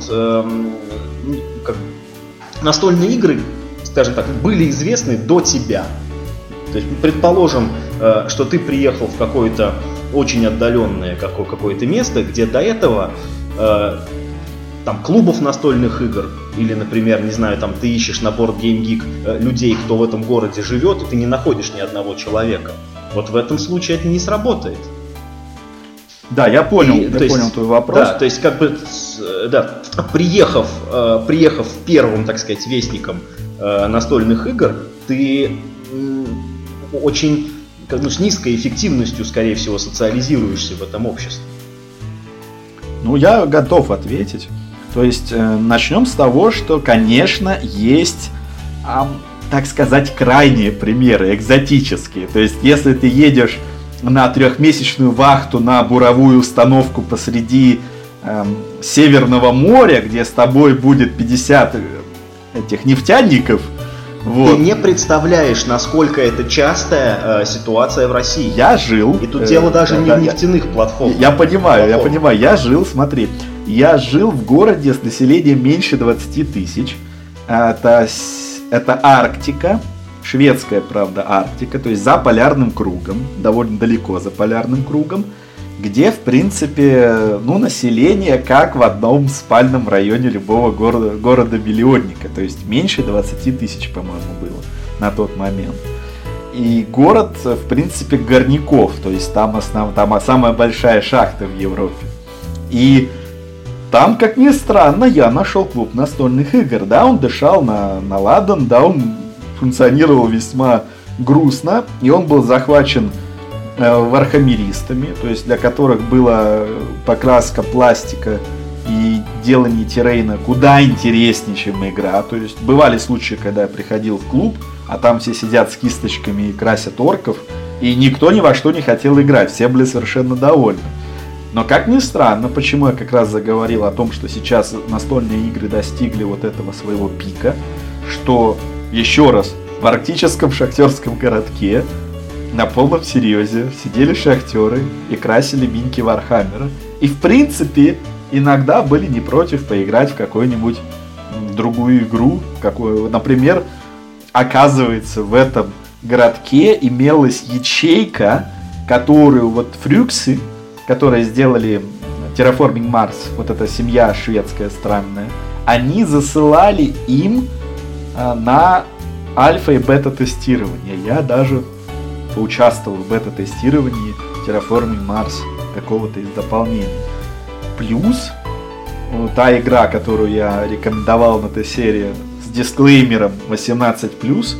как настольные игры, скажем так, были известны до тебя. То есть, предположим, что ты приехал в какое-то очень отдаленное какое-то место, где до этого там клубов настольных игр, или, например, не знаю, там ты ищешь на Board Game Geek людей, кто в этом городе живет, и ты не находишь ни одного человека. Вот в этом случае это не сработает. Да, я понял твой вопрос. Да, то есть как бы, да, приехав первым, так сказать, вестником настольных игр, ты очень с низкой эффективностью, скорее всего, социализируешься в этом обществе. Ну, я готов ответить. То есть, начнем с того, что, конечно, есть, так сказать, крайние примеры, экзотические. То есть, если ты едешь на 3-месячную вахту на буровую установку посреди Северного моря, где с тобой будет 50 этих нефтяников, вот. Ты не представляешь, насколько это частая ситуация в России. Я жил. И тут дело даже не в нефтяных платформах. Я понимаю. Я жил, смотри. Я жил в городе с населением меньше 20 тысяч. Это Арктика. Шведская, правда, Арктика. То есть за полярным кругом. Довольно далеко за полярным кругом. Где, в принципе, население как в одном спальном районе любого города-миллионника. То есть меньше 20 тысяч, по-моему, было на тот момент. И город, в принципе, горняков. То есть там самая большая шахта в Европе. И там, как ни странно, я нашел клуб настольных игр. Да, он дышал на ладан, да, он функционировал весьма грустно. И он был захвачен вархаммеристами, то есть для которых была покраска пластика и делание террейна куда интереснее, чем игра. То есть бывали случаи, когда я приходил в клуб, а там все сидят с кисточками и красят орков, и никто ни во что не хотел играть, все были совершенно довольны. Но как ни странно, почему я как раз заговорил о том, что сейчас настольные игры достигли вот этого своего пика, что, еще раз, в арктическом шахтерском городке на полном серьезе сидели шахтеры и красили минки Вархаммера. И в принципе иногда были не против поиграть в какую-нибудь другую игру. Например, оказывается, в этом городке имелась ячейка, которую вот фрюксы, которые сделали Terraforming Mars, вот эта семья шведская странная, они засылали им на альфа и бета-тестирование. Я даже поучаствовал в бета-тестировании Terraforming Mars, какого-то из дополнений. Плюс та игра, которую я рекомендовал на Т-серии с дисклеймером 18+,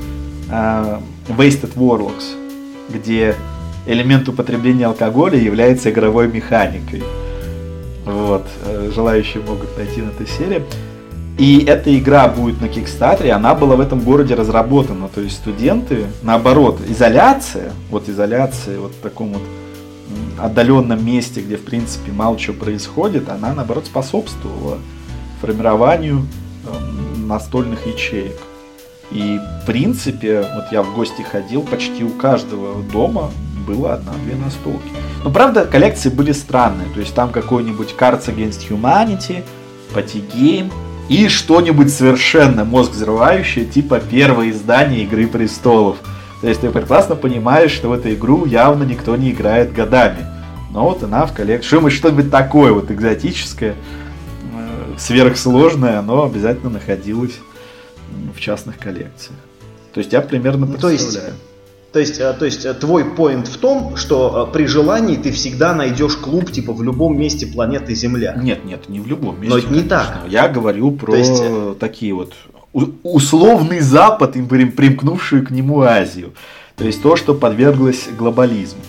Wasted Warlocks, где элемент употребления алкоголя является игровой механикой. Вот. Желающие могут найти на Т-серии. И эта игра будет на Кикстартере, она была в этом городе разработана. То есть студенты, наоборот, изоляция вот в таком вот отдаленном месте, где в принципе мало чего происходит, она наоборот способствовала формированию настольных ячеек. И в принципе, вот я в гости ходил, почти у каждого дома было 1-2 настолки. Но правда, коллекции были странные. То есть там какой-нибудь Cards Against Humanity, Party Game и что-нибудь совершенно мозг взрывающее, типа первое издание Игры Престолов. То есть ты прекрасно понимаешь, что в эту игру явно никто не играет годами. Но вот она в коллекции. Что-нибудь такое вот экзотическое, сверхсложное, оно обязательно находилось в частных коллекциях. То есть я примерно представляю. То есть твой поинт в том, что при желании ты всегда найдешь клуб типа в любом месте планеты Земля. Нет, не в любом месте. Но это не так. Я говорю про такие вот условный Запад и примкнувшую к нему Азию. То есть то, что подверглось глобализму.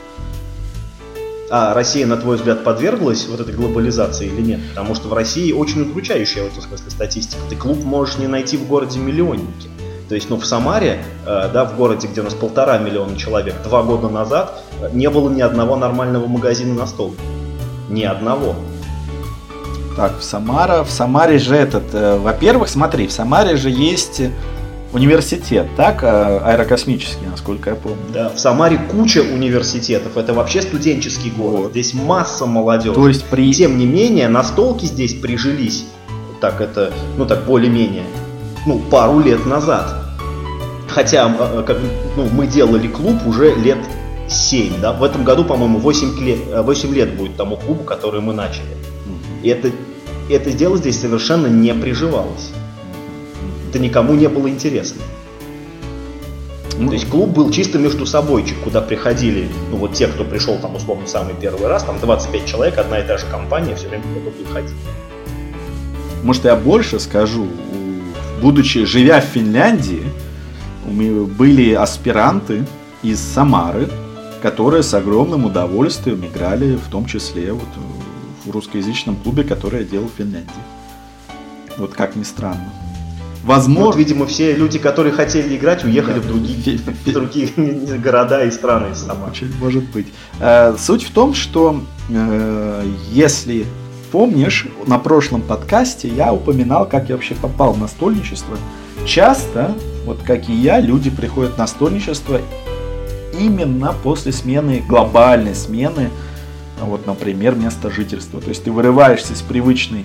А Россия, на твой взгляд, подверглась вот этой глобализации или нет? Потому что в России очень удручающая в этом смысле статистика. Ты клуб можешь не найти в городе миллионники. То есть, в Самаре, в городе, где у нас 1,5 миллиона человек, 2 года назад не было ни одного нормального магазина настолок. Ни одного. Так, в Самаре же во-первых, смотри, в Самаре же есть университет, так, аэрокосмический, насколько я помню. Да, в Самаре куча университетов, это вообще студенческий город, вот. Здесь масса молодежи. То есть Тем не менее, настолки здесь прижились, более-менее, пару лет назад. Хотя мы делали клуб уже лет 7, да? В этом году, по-моему, 8 лет будет тому клубу, который мы начали. И это дело здесь совершенно не приживалось. Это никому не было интересно. То есть клуб был чисто между собойчик, куда приходили, те, кто пришел там условно самый первый раз, там 25 человек, одна и та же компания, все время куда-то приходили. Может, я больше скажу. Живя в Финляндии, были аспиранты из Самары, которые с огромным удовольствием играли, в том числе в русскоязычном клубе, который я делал в Финляндии. Вот как ни странно. Возможно... видимо, все люди, которые хотели играть, уехали в другие города и страны из Самары. Очень может быть. Суть в том, что если... Помнишь, на прошлом подкасте я упоминал, как я вообще попал в настольничество. Часто, как и я, люди приходят в настольничество именно после глобальной смены, например, места жительства. То есть ты вырываешься из привычной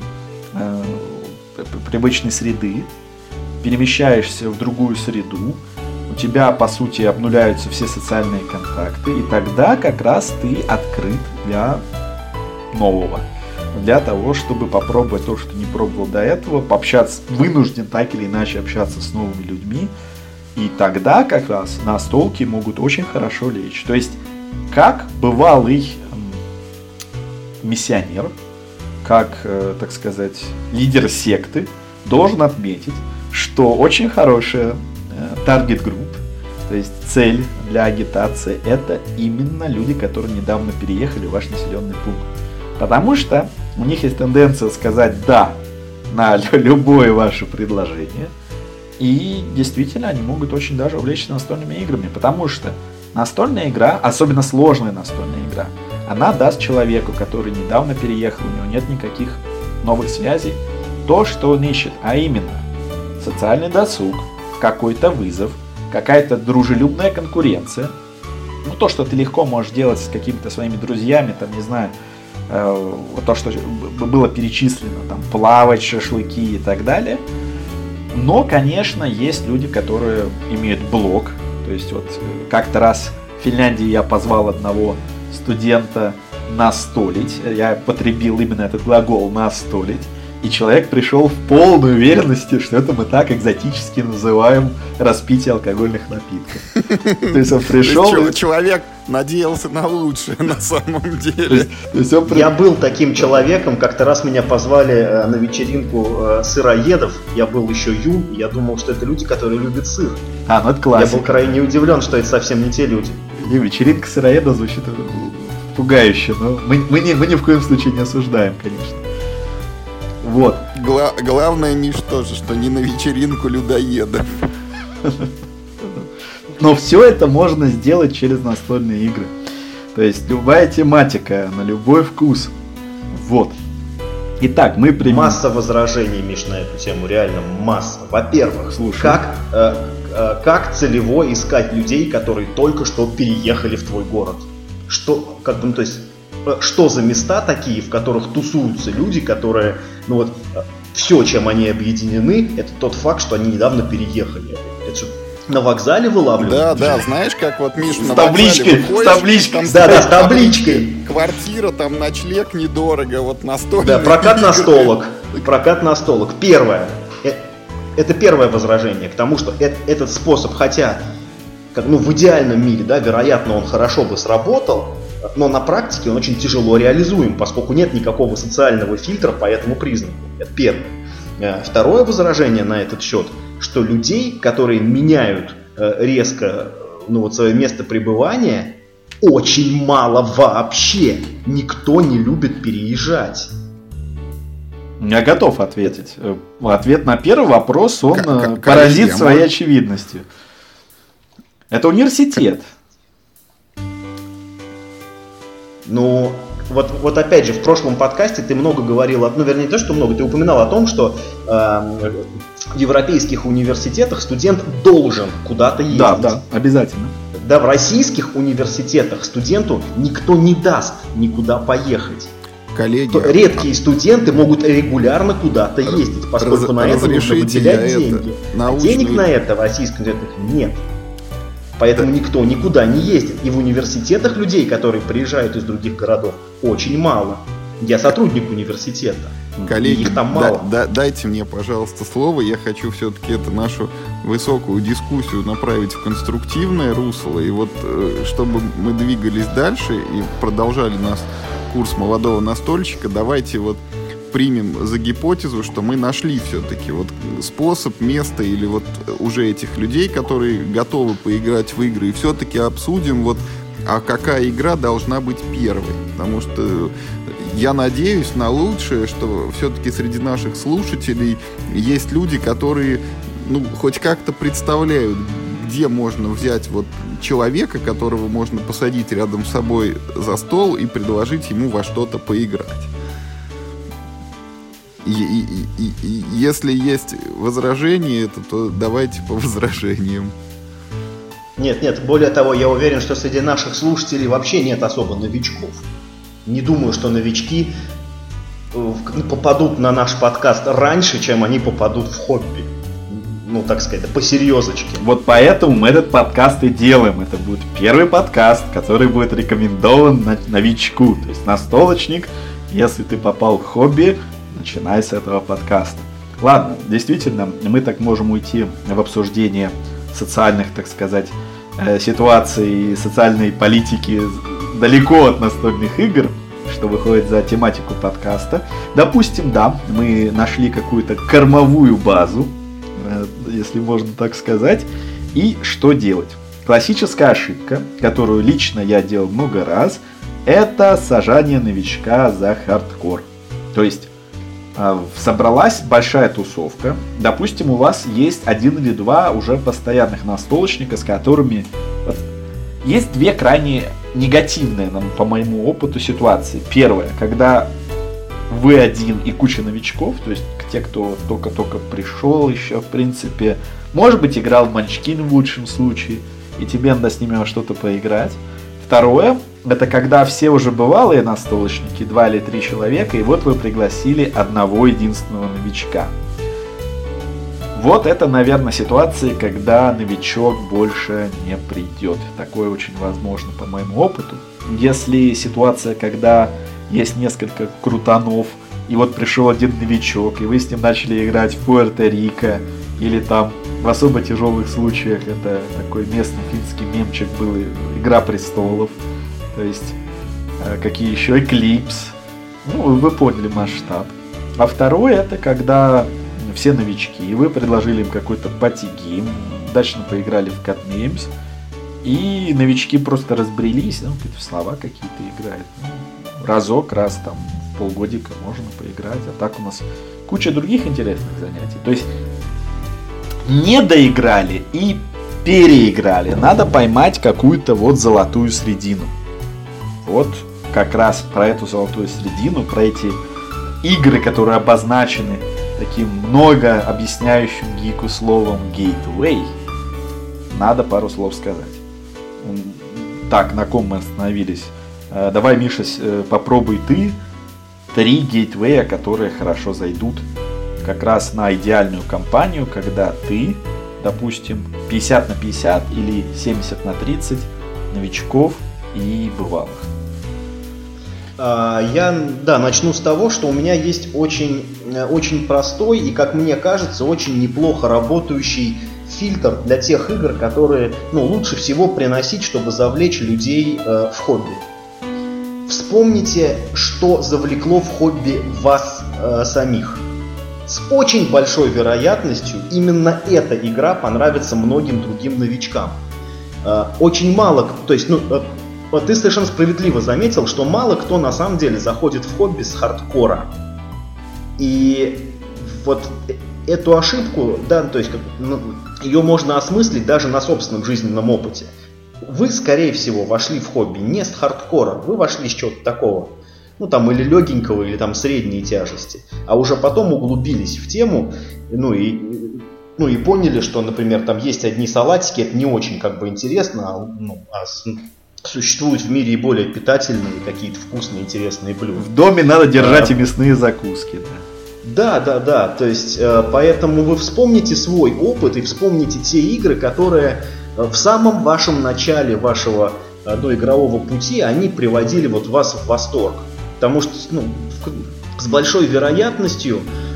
среды, перемещаешься в другую среду, у тебя, по сути, обнуляются все социальные контакты, и тогда как раз ты открыт для нового. Для того, чтобы попробовать то, что не пробовал до этого, пообщаться, вынужден так или иначе общаться с новыми людьми, и тогда как раз настолки могут очень хорошо лечь. То есть, как бывалый миссионер, как, так сказать, лидер секты, должен отметить, что очень хорошая таргет-групп, то есть цель для агитации, это именно люди, которые недавно переехали в ваш населенный пункт. Потому что у них есть тенденция сказать «да» на любое ваше предложение. И действительно, они могут очень даже увлечься настольными играми, потому что настольная игра, особенно сложная настольная игра, она даст человеку, который недавно переехал, у него нет никаких новых связей, то, что он ищет, а именно социальный досуг, какой-то вызов, какая-то дружелюбная конкуренция. Ну, то, что ты легко можешь делать с какими-то своими друзьями, там, не знаю, то, что было перечислено, там, плавать, шашлыки и так далее. Но, конечно, есть люди, которые имеют блок. То есть, вот как-то раз в Финляндии я позвал одного студента настолить. Я потребил именно этот глагол «настолить». И человек пришел в полной уверенности, что это мы так экзотически называем распитие алкогольных напитков. То есть он пришел... Человек надеялся на лучшее на самом деле. Я был таким человеком, как-то раз меня позвали на вечеринку сыроедов. Я был еще юн, я думал, что это люди, которые любят сыр. Ну это классика. Я был крайне удивлен, что это совсем не те люди. И вечеринка сыроеда звучит пугающе, но мы ни в коем случае не осуждаем, конечно. Вот. Главное, Миш, тоже, что не на вечеринку людоедов. Но все это можно сделать через настольные игры. То есть любая тематика, на любой вкус. Вот. Итак, мы примем... Масса возражений, Миш, на эту тему, реально масса. Во-первых, как целево искать людей, которые только что переехали в твой город? Что, то есть, что за места такие, в которых тусуются люди, которые, все, чем они объединены, это тот факт, что они недавно переехали. Это что, на вокзале вылавливают? Да, знаешь, как вот, Миш, на табличкой, выходишь, с табличкой. С табличкой. Квартира, там ночлег недорого, вот настольный. Да, прокат настолок. Первое. Это первое возражение к тому, что этот способ, хотя в идеальном мире, да, вероятно, он хорошо бы сработал, но на практике он очень тяжело реализуем, поскольку нет никакого социального фильтра по этому признаку. Это первое. Второе возражение на этот счет, что людей, которые меняют резко свое место пребывания, очень мало вообще. Никто не любит переезжать. Я готов ответить. Ответ на первый вопрос, он поразит своей очевидностью. Это университет. Вот опять же, в прошлом подкасте ты много говорил, вернее, не то, что много, ты упоминал о том, что в европейских университетах студент должен куда-то ездить. Да, обязательно. Да, в российских университетах студенту никто не даст никуда поехать. Коллеги, редкие студенты могут регулярно куда-то ездить, поскольку на это нужно выделять деньги. Денег на это в российских университетах нет. Поэтому никто никуда не ездит. И в университетах людей, которые приезжают из других городов, очень мало. Я сотрудник университета. Коллеги, их там мало. Дайте мне, пожалуйста, слово. Я хочу все-таки нашу высокую дискуссию направить в конструктивное русло. И вот, чтобы мы двигались дальше и продолжали наш курс молодого настольщика, давайте примем за гипотезу, что мы нашли все-таки способ, место или уже этих людей, которые готовы поиграть в игры, и все-таки обсудим а какая игра должна быть первой. Потому что я надеюсь на лучшее, что все-таки среди наших слушателей есть люди, которые хоть как-то представляют, где можно взять человека, которого можно посадить рядом с собой за стол и предложить ему во что-то поиграть. И если есть возражения, то давайте по возражениям. Нет, более того, я уверен, что среди наших слушателей вообще нет особо новичков. Не думаю, что новички попадут на наш подкаст раньше, чем они попадут в хобби. Так сказать, посерьезочке. Вот поэтому мы этот подкаст и делаем. Это будет первый подкаст, который будет рекомендован новичку. То есть настолочник, если ты попал в хобби, начинай с этого подкаста. Ладно, действительно, мы так можем уйти в обсуждение социальных, так сказать, ситуаций, социальной политики далеко от настольных игр, что выходит за тематику подкаста. Допустим, да, мы нашли какую-то кормовую базу, если можно так сказать, и что делать? Классическая ошибка, которую лично я делал много раз, это сажание новичка за хардкор. То есть собралась большая тусовка. Допустим, у вас есть 1 или 2 уже постоянных настолочника, с которыми... Есть 2 крайне негативные, по моему опыту, ситуации. Первое, когда вы один и куча новичков, то есть те, кто только-только пришел еще, в принципе, может быть, играл в Munchkin в лучшем случае, и тебе надо с ними во что-то поиграть. Второе, это когда все уже бывалые настолочники, 2 или 3 человека, и вот вы пригласили одного единственного новичка. Вот это, наверное, ситуации, когда новичок больше не придет. Такое очень возможно по моему опыту. Если ситуация, когда есть несколько крутанов, и вот пришел один новичок, и вы с ним начали играть в Пуэрто-Рико, или там в особо тяжелых случаях, это такой местный финский мемчик был, Игра престолов, то есть какие еще, Эклипс, ну вы поняли масштаб. А второе, это когда все новички, и вы предложили им какой-то пати-гейм, удачно поиграли в Codenames, и новички просто разбрелись, ну, слова какие-то играют, ну, разок, раз там в полгодика можно поиграть, а так у нас куча других интересных занятий. То есть не доиграли и переиграли. Надо поймать какую-то вот золотую средину. Вот как раз про эту золотую средину, про эти игры, которые обозначены таким много объясняющим гику словом Gateway, надо пару слов сказать. Так, на ком мы остановились? Давай, Миша, попробуй ты 3 гейтвея, которые хорошо зайдут как раз на идеальную компанию, когда ты, допустим, 50 на 50 или 70 на 30 новичков и бывалых. Я, начну с того, что у меня есть очень, очень простой и, как мне кажется, очень неплохо работающий фильтр для тех игр, которые, лучше всего приносить, чтобы завлечь людей в хобби. Вспомните, что завлекло в хобби вас самих. С очень большой вероятностью именно эта игра понравится многим другим новичкам. Очень мало, то есть, ты совершенно справедливо заметил, что мало кто на самом деле заходит в хобби с хардкора. И вот эту ошибку, то есть ее можно осмыслить даже на собственном жизненном опыте. Вы, скорее всего, вошли в хобби не с хардкора, вы вошли с чего-то такого, или легенького, или там средней тяжести, а уже потом углубились в тему, и поняли, что, например, там есть одни салатики, это не очень интересно, существуют в мире и более питательные, какие-то вкусные, интересные блюда. В доме надо держать и мясные закуски, да. Да, то есть, поэтому вы вспомните свой опыт и вспомните те игры, которые в самом вашем начале вашего игрового пути, они приводили вас в восторг. Потому что, с большой вероятностью,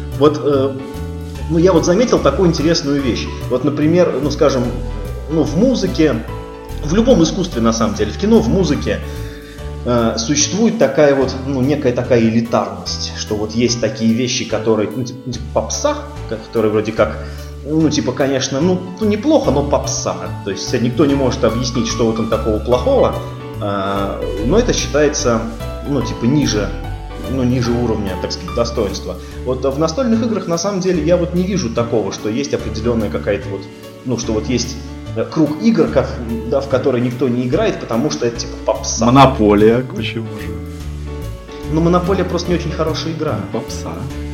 я заметил такую интересную вещь. Например, в музыке, в любом искусстве на самом деле, в кино, в музыке, существует такая некая такая элитарность, что есть такие вещи, которые, попса, которые вроде как, конечно, неплохо, но попса. То есть никто не может объяснить, что в этом такого плохого, но это считается, ниже уровня, так сказать, достоинства. В настольных играх, на самом деле, я не вижу такого, что есть определенная какая-то что есть круг игр, в которые никто не играет, потому что это попса. Монополия, почему же? Монополия просто не очень хорошая игра. Попса.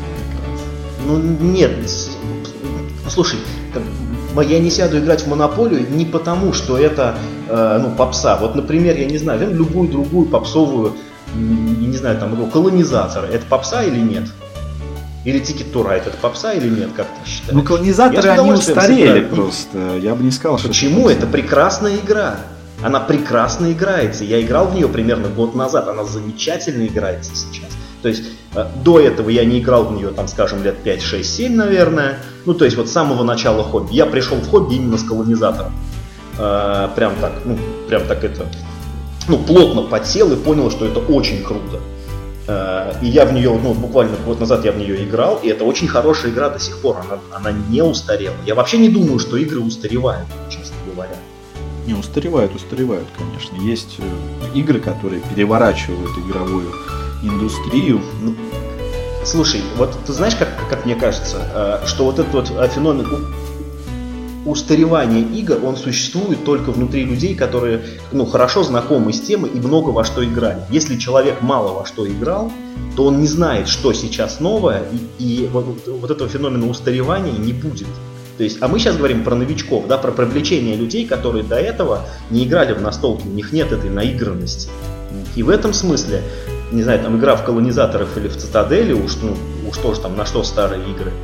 Нет. Слушай, я не сяду играть в Монополию не потому, что это попса. Например, я не знаю, взять любую другую попсовую, не знаю, игру Колонизатор. Это попса или нет? Или Ticket to Ride, это попса или нет, как ты считаешь? Колонизаторы, они устарели просто. Я бы не сказал, что... Почему? Это прекрасная игра. Она прекрасно играется. Я играл в нее примерно год назад. Она замечательно играется сейчас. То есть до этого я не играл в нее, лет 5, 6, 7, наверное. С самого начала хобби. Я пришел в хобби именно с Колонизатором. Прям так это... плотно подсел и понял, что это очень круто. И я в нее, буквально год назад я в нее играл, и это очень хорошая игра до сих пор, она не устарела. Я вообще не думаю, что игры устаревают, честно говоря. Не, устаревают, конечно. Есть игры, которые переворачивают игровую индустрию. Слушай, вот ты знаешь, как мне кажется, что вот этот вот феномен устаревания игр, он существует только внутри людей, которые хорошо знакомы с темой и много во что играли. Если человек мало во что играл, то он не знает, что сейчас новое, и вот этого феномена устаревания не будет. То есть, а мы сейчас говорим про новичков, да, про привлечение людей, которые до этого не играли в настолки, у них нет этой наигранности. И в этом смысле, не знаю, там игра в колонизаторов или в цитадели, уж тоже там на что старые игры,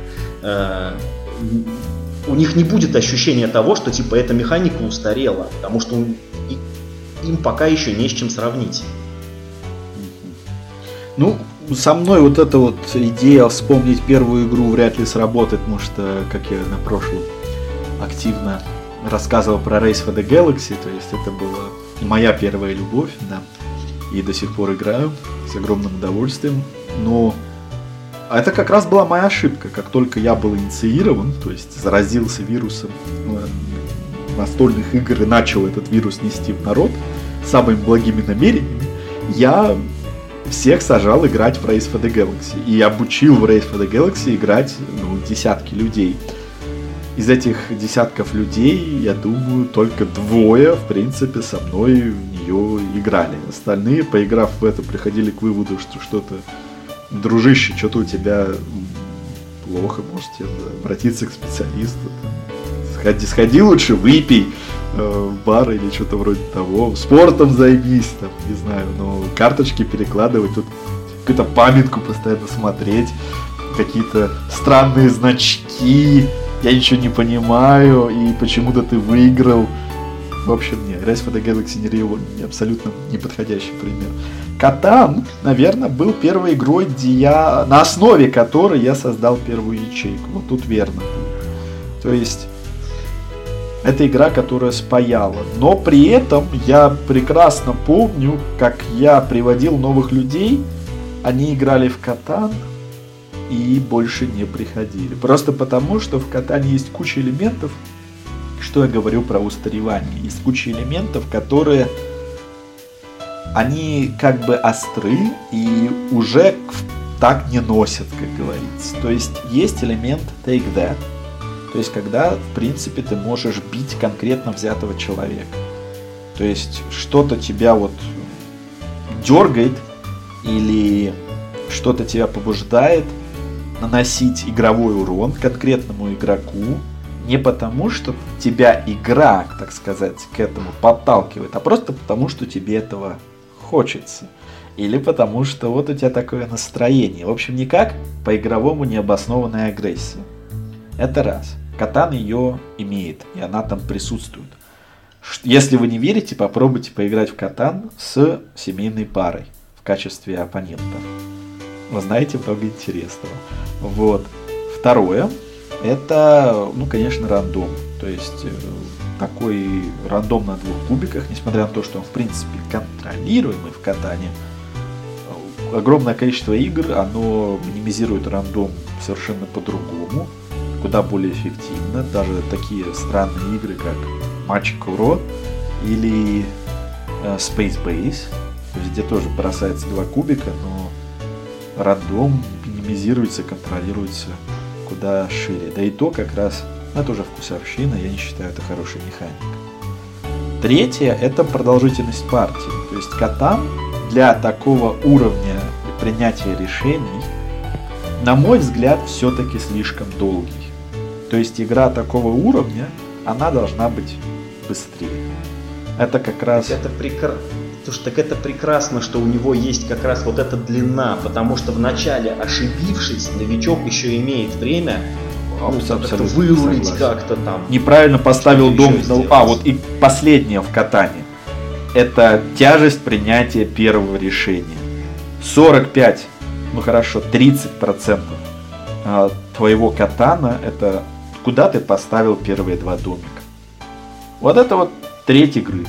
у них не будет ощущения того, что типа эта механика устарела, потому что им пока еще не с чем сравнить. Ну, со мной вот эта вот идея вспомнить первую игру вряд ли сработает, потому что, как я на прошлом активно рассказывал про Race for the Galaxy, то есть это была моя первая любовь, да, и до сих пор играю с огромным удовольствием, но это как раз была моя ошибка. Как только я был инициирован, то есть заразился вирусом настольных игр и начал этот вирус нести в народ самыми благими намерениями, я всех сажал играть в Race for the Galaxy. И обучил в Race for the Galaxy играть десятки людей. Из этих десятков людей, я думаю, только 2, в принципе, со мной в нее играли. Остальные, поиграв в это, приходили к выводу, что что-то, дружище, что-то у тебя плохо, можете обратиться к специалисту. Сходи лучше, выпей в бар или что-то вроде того, спортом займись, там, не знаю, но карточки перекладывать, тут какую-то памятку постоянно смотреть, какие-то странные значки, я ничего не понимаю, и почему-то ты выиграл. В общем, нет, Race for the Galaxy абсолютно неподходящий пример. Катан, наверное, был первой игрой, на основе которой я создал первую ячейку. Вот тут верно. То есть это игра, которая спаяла. Но при этом я прекрасно помню, как я приводил новых людей, они играли в Катан и больше не приходили. Просто потому, что в Катане есть куча элементов, что я говорю про устаревание. Есть куча элементов, которые они как бы остры и уже так не носят, как говорится. То есть элемент take that. То есть когда, в принципе, ты можешь бить конкретно взятого человека. То есть что-то тебя вот дергает или что-то тебя побуждает наносить игровой урон конкретному игроку, не потому, что тебя игра, так сказать, к этому подталкивает, а просто потому, что тебе этого хочется. Или потому, что вот у тебя такое настроение. В общем, никак по-игровому необоснованная агрессия. Это раз. Катан ее имеет, и она там присутствует. Если вы не верите, попробуйте поиграть в Катан с семейной парой в качестве оппонента. Вы знаете много интересного. Вот. Второе. Это, конечно, рандом. То есть такой рандом на 2 кубиках, несмотря на то, что он, в принципе, контролируемый в Катане. Огромное количество игр, оно минимизирует рандом совершенно по-другому, куда более эффективно. Даже такие странные игры, как Magic Uro или Space Base, то есть где тоже бросается 2 кубика, но рандом минимизируется, контролируется куда шире. Да и то как раз, это уже вкусовщина, я не считаю это хорошей механикой. Третье – это продолжительность партии. То есть Катан для такого уровня принятия решений, на мой взгляд, все-таки слишком долгий. То есть игра такого уровня, она должна быть быстрее. Это как раз... Это прекрасно, что у него есть как раз вот эта длина, потому что вначале, ошибившись, новичок еще имеет время как-то вырулить как-то там. Неправильно поставил дом. Вот и последнее в Катане. Это тяжесть принятия первого решения. 45, 30% твоего Катана, это куда ты поставил первые 2 домика. Вот это вот треть игры.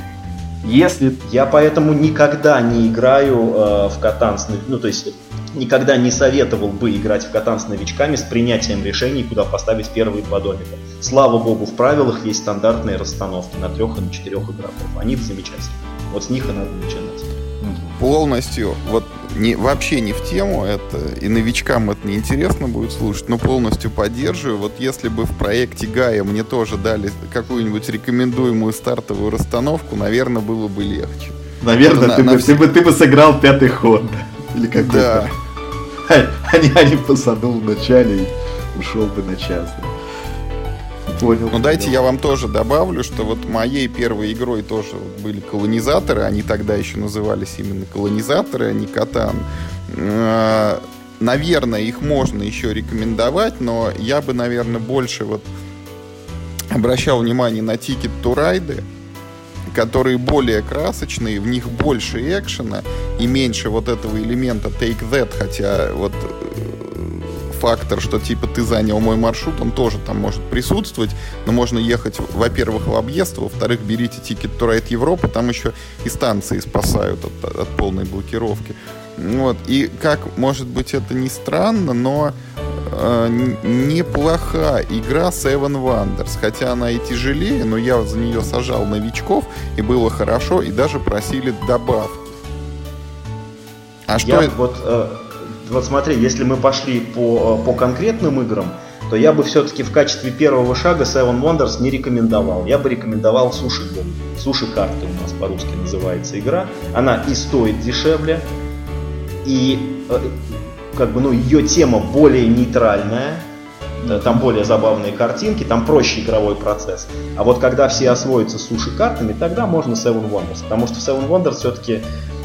Я поэтому никогда не играю в Катан, то есть никогда не советовал бы играть в Катан с новичками с принятием решений, куда поставить первые 2 домика. Слава богу, в правилах есть стандартные расстановки на 3 и на 4 игроков. Они замечательные. Вот с них и надо начинать. полностью, вот вообще не в тему это, и новичкам это неинтересно будет слушать, но полностью поддерживаю. Вот если бы в проекте Гая мне тоже дали какую-нибудь рекомендуемую стартовую расстановку, наверное, было бы легче. Наверное, ты бы сыграл 5-й ход. Или какой-то. Да. Они посадул в начале и ушел бы на час. Понял. Ну дайте я вам тоже добавлю, что вот моей первой игрой тоже были колонизаторы, они тогда еще назывались именно колонизаторы, а не Катан. Наверное, их можно еще рекомендовать, но я бы, наверное, больше вот обращал внимание на Ticket to Ride, которые более красочные, в них больше экшена и меньше вот этого элемента Take That, хотя вот фактор, что типа ты занял мой маршрут, он тоже там может присутствовать, но можно ехать, во-первых, в объезд, во-вторых, берите Ticket to Ride Европа, там еще и станции спасают от полной блокировки. Вот. И как, может быть, это не странно, но неплоха игра Seven Wonders, хотя она и тяжелее, но я за нее сажал новичков, и было хорошо, и даже просили добавки. А что это? Вот смотри, если мы пошли по конкретным играм, то я бы все-таки в качестве первого шага Seven Wonders не рекомендовал. Я бы рекомендовал Суши Гом. Суши карты у нас по-русски называется игра. Она и стоит дешевле, и как бы, ее тема более нейтральная. Там более забавные картинки, там проще игровой процесс. А вот когда все освоятся с суши картами, тогда можно Seven Wonders. Потому что в Seven Wonders все-таки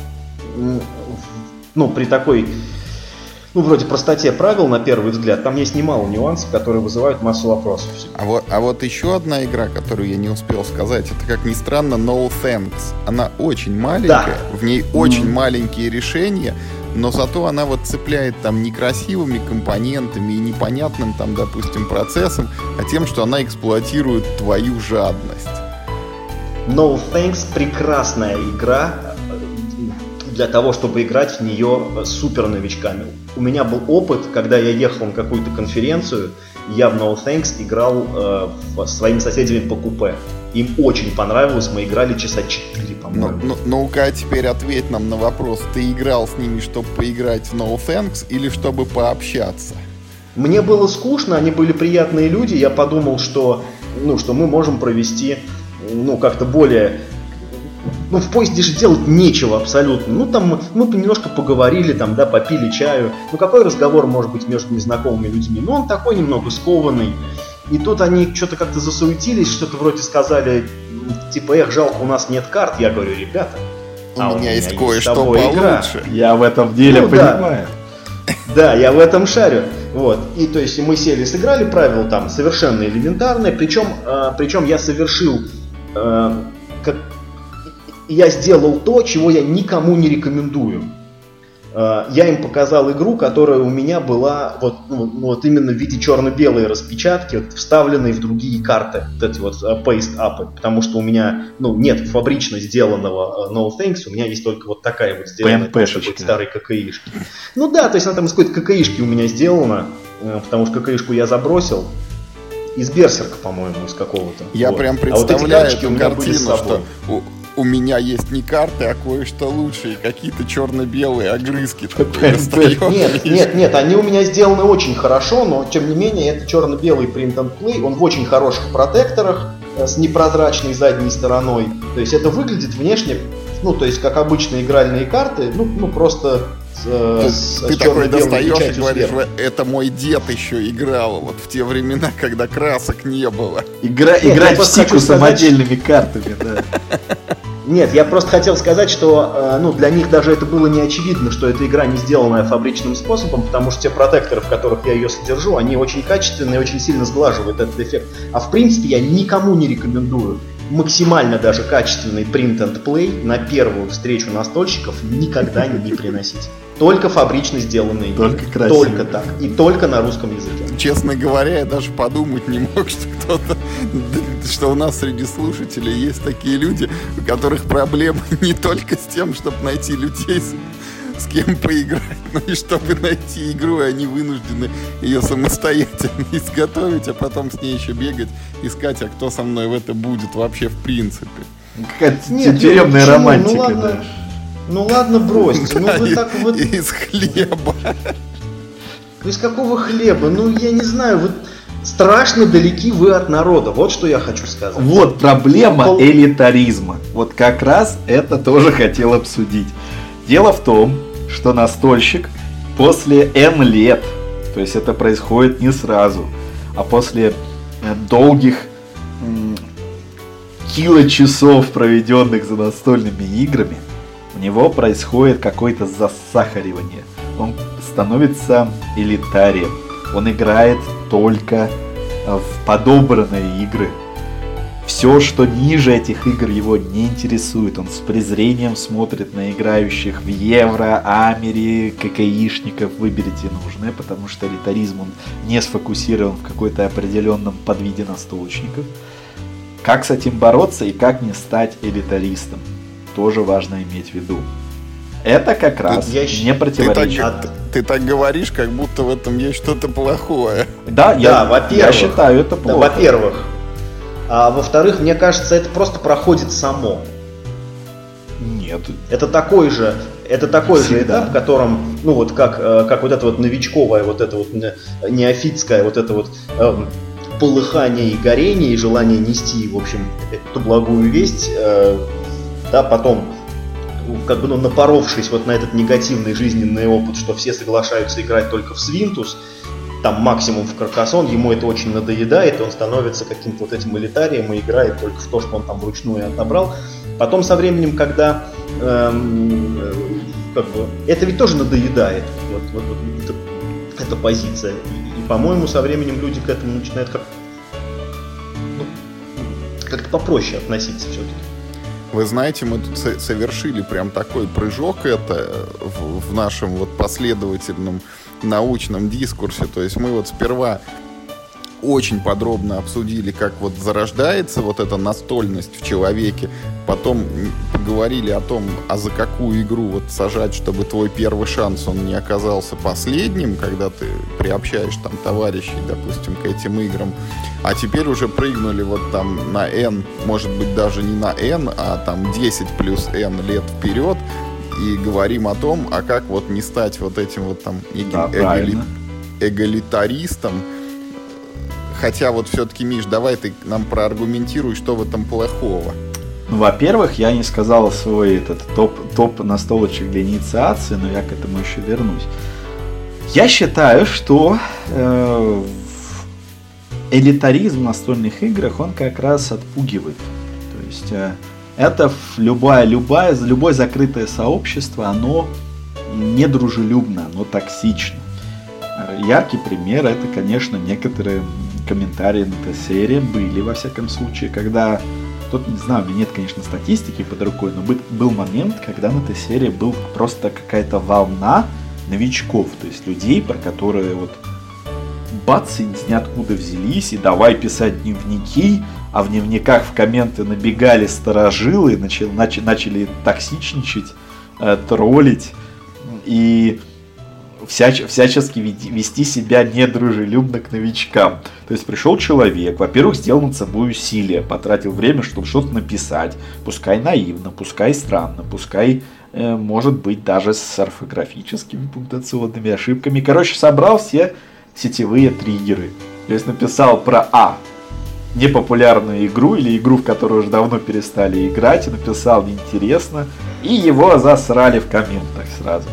при такой вроде простоте правил, на первый взгляд, там есть немало нюансов, которые вызывают массу вопросов. А вот еще одна игра, которую я не успел сказать, это, как ни странно, No Thanks. Она очень маленькая, в ней очень маленькие решения, но зато она вот цепляет там некрасивыми компонентами и непонятным там, допустим, процессом, а тем, что она эксплуатирует твою жадность. No Thanks — прекрасная игра для того, чтобы играть в нее супер новичками. У меня был опыт, когда я ехал на какую-то конференцию, я в No Thanks играл со своими соседями по купе. Им очень понравилось, мы играли часа 4, по-моему. Ну-ка, теперь ответь нам на вопрос. Ты играл с ними, чтобы поиграть в No Thanks или чтобы пообщаться? Мне было скучно, они были приятные люди, я подумал, что мы можем провести, как-то более... в поезде же делать нечего абсолютно. Там мы немножко поговорили, попили чаю. Какой разговор может быть между незнакомыми людьми? Он такой немного скованный. И тут они что-то как-то засуетились, что-то вроде сказали, типа, жалко, у нас нет карт. Я говорю, ребята, у меня есть кое-что получше. Игра. Я в этом деле понимаю. Да, я в этом шарю. Вот. И то есть мы сели, сыграли, правила там совершенно элементарные. Причем я совершил... Я сделал то, чего я никому не рекомендую. Я им показал игру, которая у меня была вот именно в виде черно-белой распечатки, вставленной в другие карты, вот эти вот paste-up, потому что у меня нет фабрично сделанного No Thanks, у меня есть только вот такая вот сделанная какой-то старой ККИшки. То есть она там из какой-то ККИшки у меня сделана, потому что ККИшку я забросил. Из Берсерка, по-моему, из какого-то. Я прям представляю эту картину, что у меня есть не карты, а кое-что лучше, и какие-то черно-белые огрызки. Нет, они у меня сделаны очень хорошо, но тем не менее это черно-белый print and play, он в очень хороших протекторах с непрозрачной задней стороной. То есть это выглядит внешне, то есть как обычные игральные карты, просто... Ты такой достаешь и говоришь, это мой дед еще играл вот в те времена, когда красок не было. Играть в Сику самодельными картами, да. Нет, я просто хотел сказать, что для них даже это было не очевидно, что эта игра не сделанная фабричным способом, потому что те протекторы, в которых я ее содержу, они очень качественные и очень сильно сглаживают этот эффект. А в принципе я никому не рекомендую максимально даже качественный print and play на первую встречу настольщиков никогда не приносить. Только фабрично сделанные игры. Только красиво. Только так. И только на русском языке. Честно говоря, я даже подумать не мог, что у нас среди слушателей есть такие люди, у которых проблемы не только с тем, чтобы найти людей, с кем поиграть, но и чтобы найти игру, и они вынуждены ее самостоятельно изготовить, а потом с ней еще бегать, искать, а кто со мной в это будет вообще в принципе. Какая-то тюремная романтика, да. Ну ладно, бросьте. Ну вы так вот... Из хлеба. Из какого хлеба? Ну я не знаю, вот страшно далеки вы от народа. Вот что я хочу сказать. Вот проблема элитаризма. Вот как раз это тоже хотел обсудить. Дело в том, что настольщик после N лет, то есть это происходит не сразу, а после долгих килочасов, проведенных за настольными играми, у него происходит какое-то засахаривание. Он становится элитарием. Он играет только в подобранные игры. Все, что ниже этих игр, его не интересует. Он с презрением смотрит на играющих в евро, амери, ККИшников. Выберите нужное, потому что элитаризм он не сфокусирован в какой-то определенном подвиде настолочников. Как с этим бороться и как не стать элитаристом, тоже важно иметь в виду. Это как раз не противоречит. Ты так говоришь, как будто в этом есть что-то плохое. Да, я считаю это плохо. Да, во-первых. А во-вторых, мне кажется, это просто проходит само. Нет. Это такой же этап, в котором, ну вот как вот это вот новичковое, вот это вот неофитское, вот это вот полыхание и горение, и желание нести, в общем, эту благую весть, да, потом, как бы, ну, напоровшись вот на этот негативный жизненный опыт, что все соглашаются играть только в Свинтус, там максимум в Каркасон, ему это очень надоедает, и он становится каким-то вот этим элитарием и играет только в то, что он там вручную отобрал. Потом со временем, когда как бы, это ведь тоже надоедает, вот эта позиция. И, по-моему, со временем люди к этому начинают как-то попроще относиться все-таки. Вы знаете, мы тут совершили прям такой прыжок в нашем вот последовательном научном дискурсе. То есть мы вот сперва очень подробно обсудили, как вот зарождается вот эта настольность в человеке. Потом поговорили о том, а за какую игру вот сажать, чтобы твой первый шанс, он не оказался последним, когда ты приобщаешь там товарищей, допустим, к этим играм. А теперь уже прыгнули вот там на N, может быть, даже не на N, а там 10 плюс N лет вперед. И говорим о том, а как вот не стать вот этим вот там эгалитаристом. Хотя вот все-таки, Миш, давай ты нам проаргументируй, что в этом плохого. Ну, во-первых, я не сказал свой этот топ настолочек для инициации, но я к этому еще вернусь. Я считаю, что элитаризм в настольных играх, он как раз отпугивает. То есть это любое закрытое сообщество, оно недружелюбно, оно токсично. Яркий пример — это, конечно, некоторые комментарии на ТСРе были, во всяком случае, когда, тут, не знаю, у меня нет, конечно, статистики под рукой, но был момент, когда на ТСРе был просто какая-то волна новичков, то есть людей, про которые вот бац, из ниоткуда взялись, и давай писать дневники, а в дневниках в комменты набегали старожилы, начали токсичничать, троллить и всячески вести себя недружелюбно к новичкам. То есть пришел человек, во-первых, сделал над собой усилия, потратил время, чтобы что-то написать, пускай наивно, пускай странно, пускай, может быть, даже с орфографическими пунктуационными ошибками. Короче, собрал все сетевые триггеры. То есть написал про непопулярную игру или игру, в которую уже давно перестали играть, и написал неинтересно, и его засрали в комментах сразу.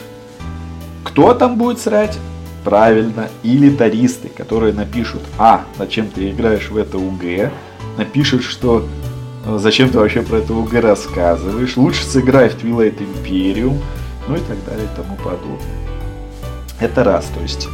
Кто там будет срать? Правильно, элитаристы, которые напишут: зачем ты играешь в это УГ, напишут, что зачем ты вообще про это УГ рассказываешь, лучше сыграй в Twilight Imperium, ну и так далее и тому подобное. Это раз, то есть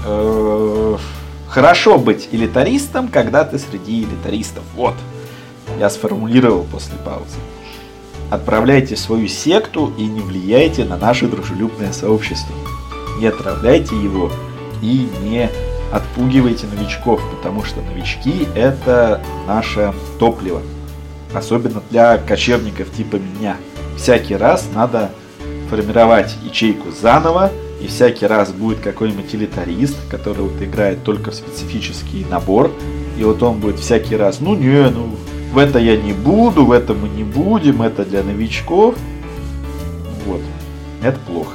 хорошо быть элитаристом, когда ты среди элитаристов. Вот, я сформулировал после паузы. Отправляйте свою секту и не влияйте на наше дружелюбное сообщество. Не отравляйте его и не отпугивайте новичков, потому что новички — это наше топливо. Особенно для кочевников типа меня. Всякий раз надо формировать ячейку заново, и всякий раз будет какой-нибудь элитарист, который вот играет только в специфический набор, и вот он будет всякий раз: в это я не буду, в это мы не будем, это для новичков. Вот. Это плохо.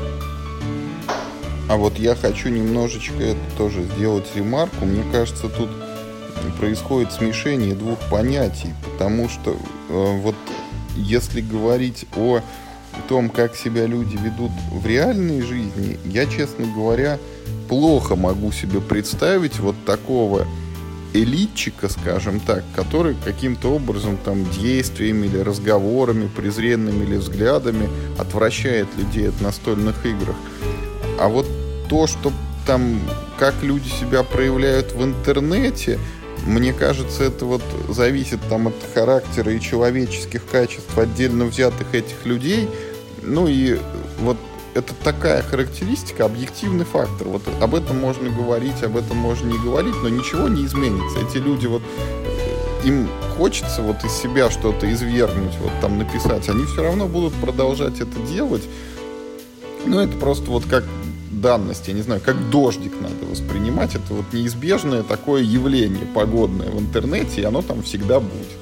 А вот я хочу немножечко это тоже сделать ремарку. Мне кажется, тут происходит смешение двух понятий, потому что вот если говорить о том, как себя люди ведут в реальной жизни, я, честно говоря, плохо могу себе представить вот такого элитчика, скажем так, который каким-то образом там действиями или разговорами, презренными или взглядами отвращает людей от настольных игр. А вот то, что там, как люди себя проявляют в интернете, мне кажется, это вот зависит там от характера и человеческих качеств отдельно взятых этих людей. Ну и вот это такая характеристика, объективный фактор. Вот об этом можно говорить, об этом можно не говорить, но ничего не изменится. Эти люди вот, им хочется вот из себя что-то извергнуть, вот там написать, они все равно будут продолжать это делать. Ну это просто вот как данность, я не знаю, как дождик надо воспринимать. Это вот неизбежное такое явление погодное в интернете, и оно там всегда будет.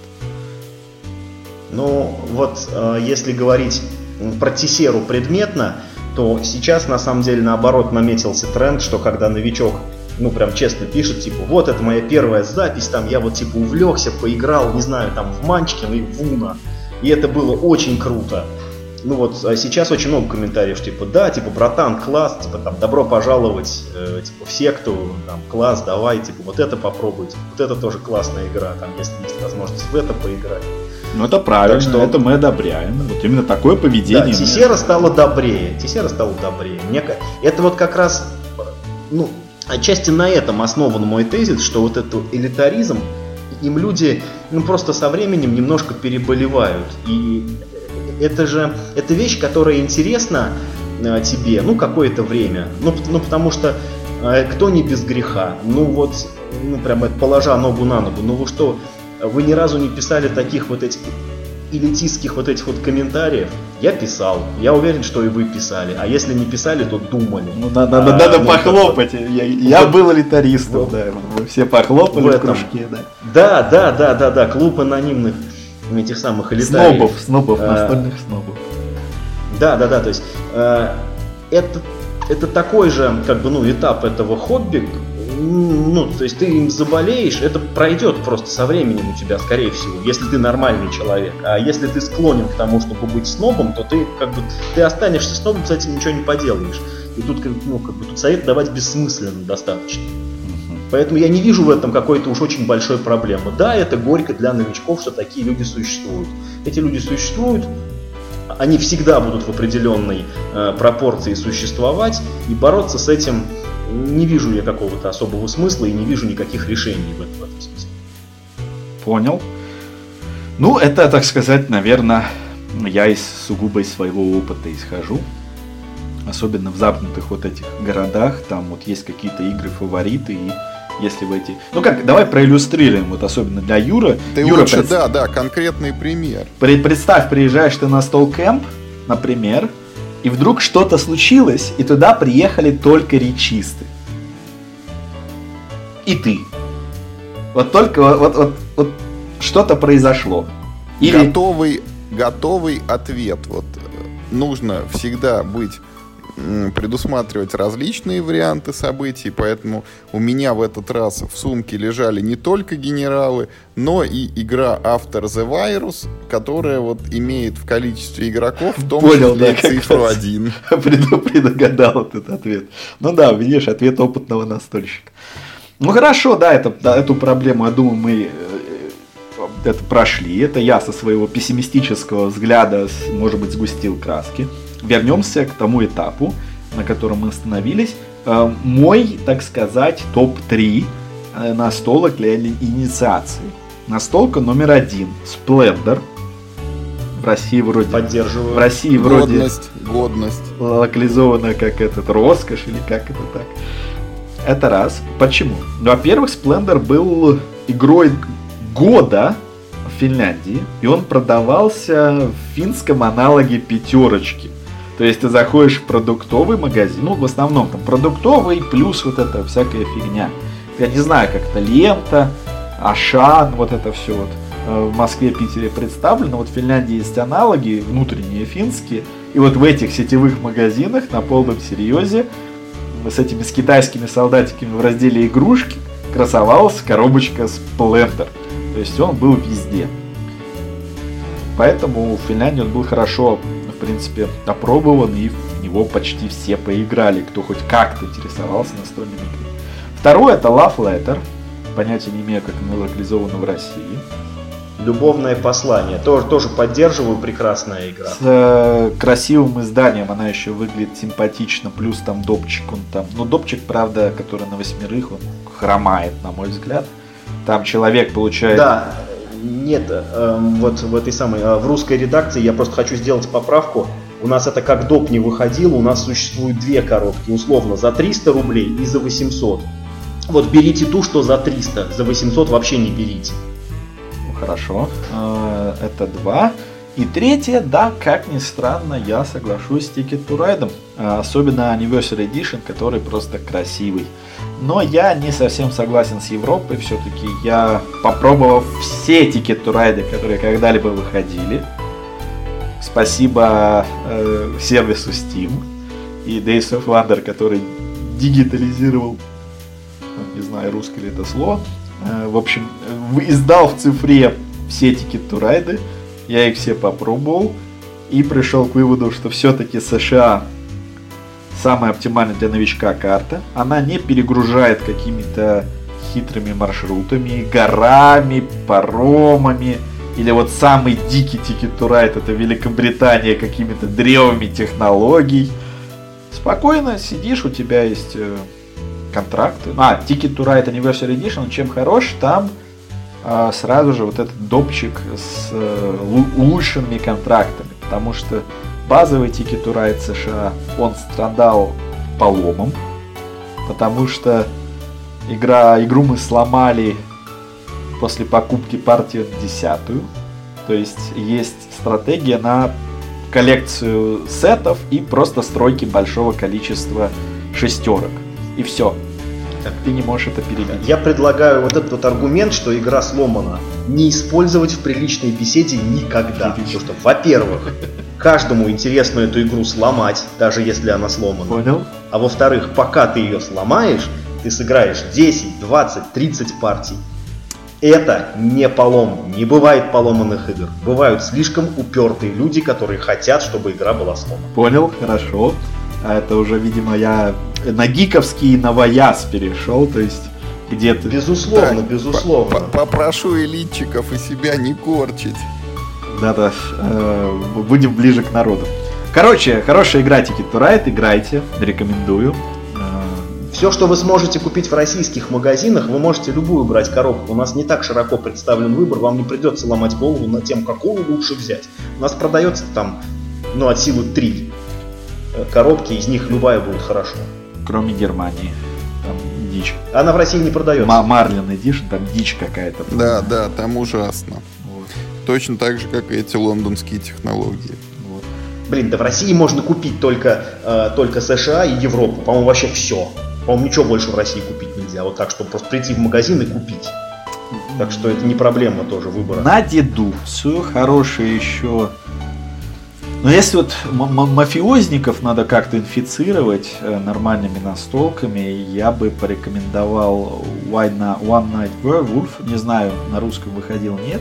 Ну, вот если говорить про Тесеру предметно, то сейчас на самом деле наоборот наметился тренд, что когда новичок, ну прям честно пишет, типа, вот это моя первая запись, там я вот типа увлекся, поиграл, не знаю, там в Манчкин и в Уна, и это было очень круто. Ну вот сейчас очень много комментариев, типа, да, типа, братан, класс, типа, там, добро пожаловать, типа, в секту, там, класс, давай, типа, вот это попробуйте, вот это тоже классная игра, там, если есть возможность в это поиграть. Ну это правильно, что это мы одобряем. Вот именно такое поведение. Да, Тесера стала добрее. Это вот как раз, ну, отчасти на этом основан мой тезис, что вот этот элитаризм, им люди, ну, просто со временем немножко переболевают. И это вещь, которая интересна тебе, ну, какое-то время. Ну, потому что кто не без греха? Ну, вот, ну, прям положа ногу на ногу. Ну, вы что, вы ни разу не писали таких вот этих элитистских вот этих вот комментариев? Я писал. Я уверен, что и вы писали. А если не писали, то думали. Ну, надо похлопать. Я был элитаристом, да. Мы все похлопали в кружке, да. Да. Клуб анонимных этих самых элитариев. Снобов, настольных снобов. Да. То есть это такой же, как бы, ну, этап этого хобби. Ну, то есть ты им заболеешь, это пройдет просто со временем у тебя, скорее всего, если ты нормальный человек. А если ты склонен к тому, чтобы быть снобом, то ты как бы ты останешься снобом, с этим ничего не поделаешь. И тут, ну, как бы тут совет давать бессмысленно достаточно. Поэтому я не вижу в этом какой-то уж очень большой проблемы. Да, это горько для новичков, что такие люди существуют. Эти люди существуют, они всегда будут в определенной пропорции существовать, и бороться с этим не вижу я какого-то особого смысла и не вижу никаких решений в этом смысле. Понял. Ну, это, так сказать, наверное, я из сугубо из своего опыта исхожу. Особенно в замкнутых вот этих городах, там вот есть какие-то игры-фавориты, и если в эти... Ну как, давай проиллюстрируем, вот особенно для Юры. Ты Юра, лучше, да, конкретный пример. Представь, приезжаешь ты на стол-кэмп, например, и вдруг что-то случилось, и туда приехали только речисты. И ты. Вот только вот что-то произошло. Или... Готовый ответ. Вот нужно всегда предусматривать различные варианты событий, поэтому у меня в этот раз в сумке лежали не только генералы, но и игра After the Virus, которая вот имеет в количестве игроков в том числе цифру 1. Предугадал этот ответ. Ну да, видишь, ответ опытного настольщика. Ну хорошо, да, эту проблему, я думаю, мы это прошли. Это я со своего пессимистического взгляда, может быть, сгустил краски. Вернемся к тому этапу, на котором мы остановились. Мой, так сказать, топ-3 настолок для инициации. Настолка номер 1. Splendor. В России вроде... Поддерживаю. В России вроде... Годность. Локализовано как роскошь или как это так. Это раз. Почему? Во-первых, Splendor был игрой года в Финляндии, и он продавался в финском аналоге пятерочки. То есть ты заходишь в продуктовый магазин, ну в основном там продуктовый плюс вот эта всякая фигня. Я не знаю, как это Лента, Ашан, вот это все вот в Москве, Питере представлено. Вот в Финляндии есть аналоги внутренние финские, И вот в этих сетевых магазинах на полном серьезе с этими с китайскими солдатиками в разделе игрушки красовалась коробочка Splendor. То есть он был везде. Поэтому в Финляндии он был хорошо, в принципе, опробован, и в него почти все поиграли, кто хоть как-то интересовался настольными играми. Второе — это Love Letter. Понятия не имею, как оно локализовано в России. Любовное послание. Тоже поддерживаю, прекрасная игра. С красивым изданием она еще выглядит симпатично, плюс там допчик, он там, ну допчик, правда, который на 8, он хромает, на мой взгляд. Там человек получает... Да, нет, вот в этой самой, в русской редакции я просто хочу сделать поправку. У нас это как доп не выходило, у нас существует 2 коробки, условно, за 300 рублей и за 800. Вот берите ту, что за 300, за 800 вообще не берите. Хорошо, это 2. И третье, да, как ни странно, я соглашусь с Ticket to Ride, особенно Anniversary Edition, который просто красивый. Но я не совсем согласен с Европой, все-таки я, попробовав все Ticket to Ride, которые когда-либо выходили, спасибо сервису Steam и Days of Wonder, который дигитализировал, не знаю, русское ли это слово, в общем, издал в цифре все Ticket to Ride, я их все попробовал и пришел к выводу, что все-таки США самая оптимальная для новичка карта. Она не перегружает какими-то хитрыми маршрутами, горами, паромами. Или вот самый дикий Ticket to Ride — это Великобритания, какими-то древами технологий. Спокойно сидишь, у тебя есть... контракты. Ticket to Ride Anniversary Edition, чем хорош, там сразу же вот этот допчик с улучшенными контрактами, потому что базовый Ticket to Ride США, он страдал поломом, потому что игру мы сломали после покупки партии 10-ю, то есть есть стратегия на коллекцию сетов и просто стройки большого количества шестерок. И все. Ты не можешь это перебить. Я предлагаю вот этот вот аргумент, что игра сломана, не использовать в приличной беседе никогда. Потому что, во-первых, каждому интересно эту игру сломать, даже если она сломана. Понял. А во-вторых, пока ты ее сломаешь, ты сыграешь 10, 20, 30 партий. Это не полом. Не бывает поломанных игр. Бывают слишком упертые люди, которые хотят, чтобы игра была сломана. Понял, хорошо. А это уже, видимо, я на гиковский новояз перешел, то есть где-то... Безусловно, да, безусловно. Попрошу элитчиков и себя не корчить. Да-да, будем ближе к народу. Короче, хорошая игра Ticket to Ride, играйте, рекомендую. Все, что вы сможете купить в российских магазинах, вы можете любую брать коробку. У нас не так широко представлен выбор, вам не придется ломать голову над тем, какую лучше взять. У нас продается там, от силы 3 коробки, из них любая будет хорошо. Кроме Германии, там дичь. Она в России не продается. Marlin Edition, там дичь какая-то. Да, там ужасно. Вот. Точно так же, как и эти лондонские технологии. Вот. Блин, да в России можно купить только США и Европу. По-моему, вообще все. По-моему, ничего больше в России купить нельзя. Вот так, чтобы просто прийти в магазин и купить. Так что это не проблема тоже выбора. На дедукцию хорошие еще. Но если вот мафиозников надо как-то инфицировать нормальными настолками, я бы порекомендовал One Night Werewolf. Не знаю, на русском выходил, нет?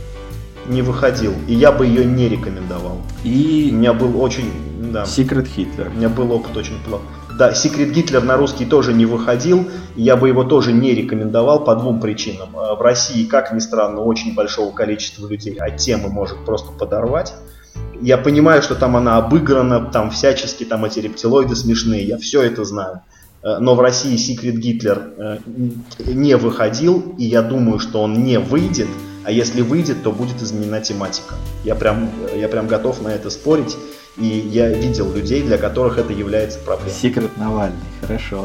Не выходил. И я бы ее не рекомендовал. И у меня был очень... Да. Secret Hitler. У меня был опыт очень плохой. Да, Secret Hitler на русский тоже не выходил. И я бы его тоже не рекомендовал по 2 причинам. В России, как ни странно, очень большого количества людей от темы может просто подорвать. Я понимаю, что там она обыграна, там всячески там эти рептилоиды смешные, я все это знаю. Но в России Secret Hitler не выходил, и я думаю, что он не выйдет, а если выйдет, то будет изменена тематика. Я прям готов на это спорить, и я видел людей, для которых это является проблемой. Secret Навальный, хорошо.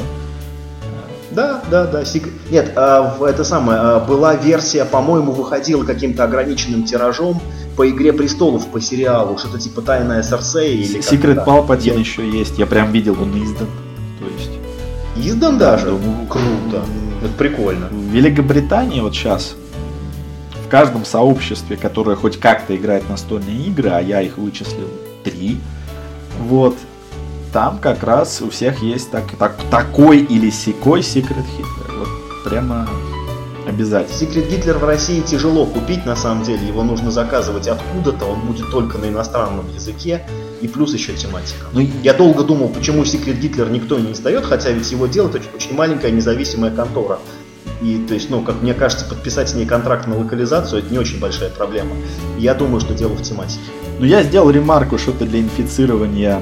Да. Нет, это самое, была версия, по-моему, выходила каким-то ограниченным тиражом по «Игре престолов», по сериалу, что-то типа «Тайная Серсея» или как-то. Secret Palpatine еще есть, я прям видел, он издан. То есть... Издан даже? Круто, это прикольно. В Великобритании вот сейчас в каждом сообществе, которое хоть как-то играет настольные игры, а я их вычислил 3, Вот. Там как раз у всех есть такой или сякой Secret Hitler. Вот прямо обязательно. Secret Hitler в России тяжело купить, на самом деле. Его нужно заказывать откуда-то, он будет только на иностранном языке. И плюс еще тематика. Я долго думал, почему Secret Hitler никто не издает, хотя ведь его делает очень маленькая независимая контора. И, то есть, как мне кажется, подписать с ней контракт на локализацию — это не очень большая проблема. Я думаю, что дело в тематике. Я сделал ремарку, что это для инфицирования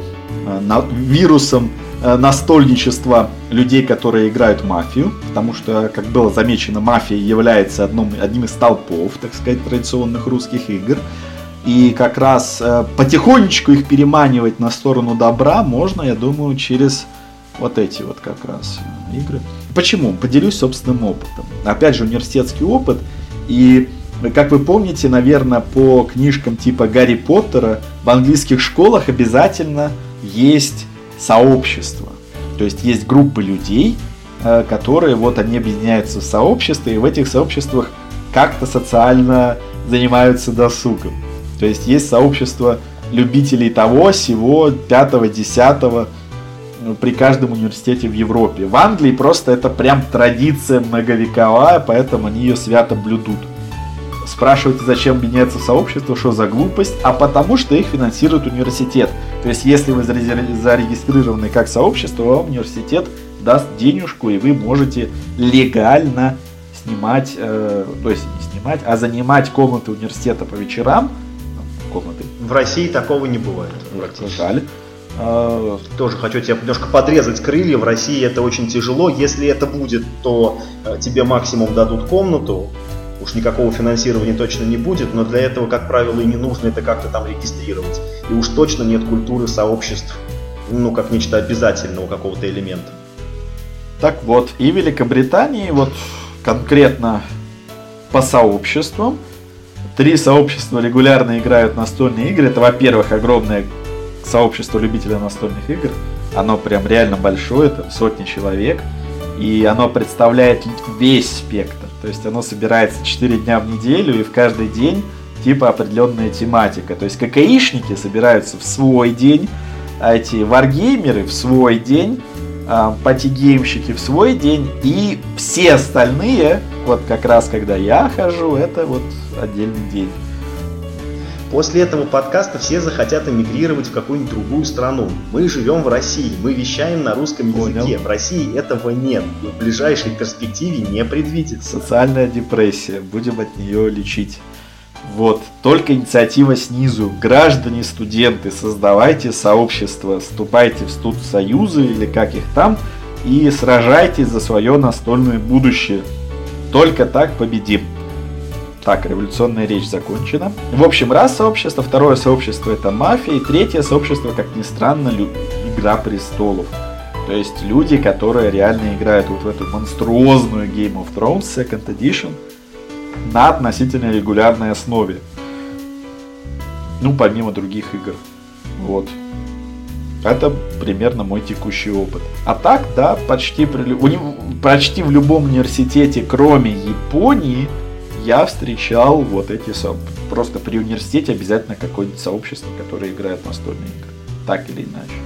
вирусом настольничества людей, которые играют в мафию, потому что, как было замечено, мафия является одним из столпов, так сказать, традиционных русских игр. И как раз потихонечку их переманивать на сторону добра можно, я думаю, через вот эти вот как раз игры. Почему? Поделюсь собственным опытом. Опять же, университетский опыт. И, как вы помните, наверное, по книжкам типа Гарри Поттера в английских школах обязательно есть сообщество. То есть есть группы людей, которые они объединяются в сообщества, и в этих сообществах как-то социально занимаются досугом. То есть есть сообщество любителей того, сего, 5-го, 10-го при каждом университете в Европе. В Англии просто это прям традиция многовековая, поэтому они ее свято блюдут. Спрашиваете, зачем объединяется сообщество, что за глупость? А потому что их финансирует университет. То есть если вы зарегистрированы как сообщество, вам университет даст денежку, и вы можете легально снимать, то есть не снимать, а занимать комнаты университета по вечерам. Комнаты. В России такого не бывает. Жаль. Тоже хочу тебе немножко подрезать крылья. В России это очень тяжело. Если это будет, то тебе максимум дадут комнату. Уж никакого финансирования точно не будет. Но для этого, как правило, и не нужно это как-то там регистрировать. И уж точно нет культуры сообществ, как нечто обязательного какого-то элемента. Так вот, и в Великобритании конкретно по сообществам 3 сообщества регулярно играют настольные игры. Это, во-первых, огромное сообщество любителей настольных игр. Оно прям реально большое, это сотни человек. И оно представляет весь спектр. То есть оно собирается 4 дня в неделю, и в каждый день типа определенная тематика. То есть ККИшники собираются в свой день, а эти варгеймеры в свой день, патигеймщики в свой день, и все остальные, как раз когда я хожу, это отдельный день. После этого подкаста все захотят эмигрировать в какую-нибудь другую страну. Мы живем в России, мы вещаем на русском языке. В России этого нет, и в ближайшей перспективе не предвидится. Социальная депрессия, будем от нее лечить. Только инициатива снизу. Граждане, студенты, создавайте сообщества, вступайте в студсоюзы или как их там, и сражайтесь за свое настольное будущее. Только так победим. Так, революционная речь закончена. В общем, раз сообщество, второе сообщество — это мафия, и третье сообщество, как ни странно, Игра престолов. То есть люди, которые реально играют в эту монструозную Game of Thrones Second Edition на относительно регулярной основе. Помимо других игр. Это примерно мой текущий опыт. А так, да, почти в любом университете, кроме Японии, я встречал просто при университете обязательно какое-нибудь сообщество, которое играет в настольные игры. Так или иначе.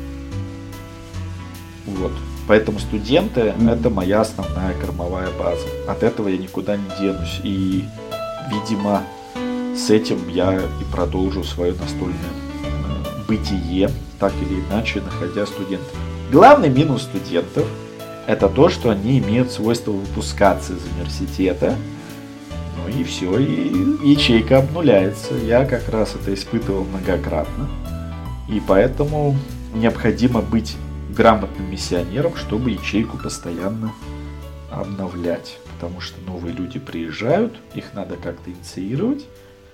Поэтому студенты — это моя основная кормовая база. От этого я никуда не денусь. И, видимо, с этим я и продолжу свое настольное бытие, так или иначе, находя студентов. Главный минус студентов — это то, что они имеют свойство выпускаться из университета. И все, и ячейка обнуляется. Я как раз это испытывал многократно. И поэтому необходимо быть грамотным миссионером, чтобы ячейку постоянно обновлять. Потому что новые люди приезжают, их надо как-то инициировать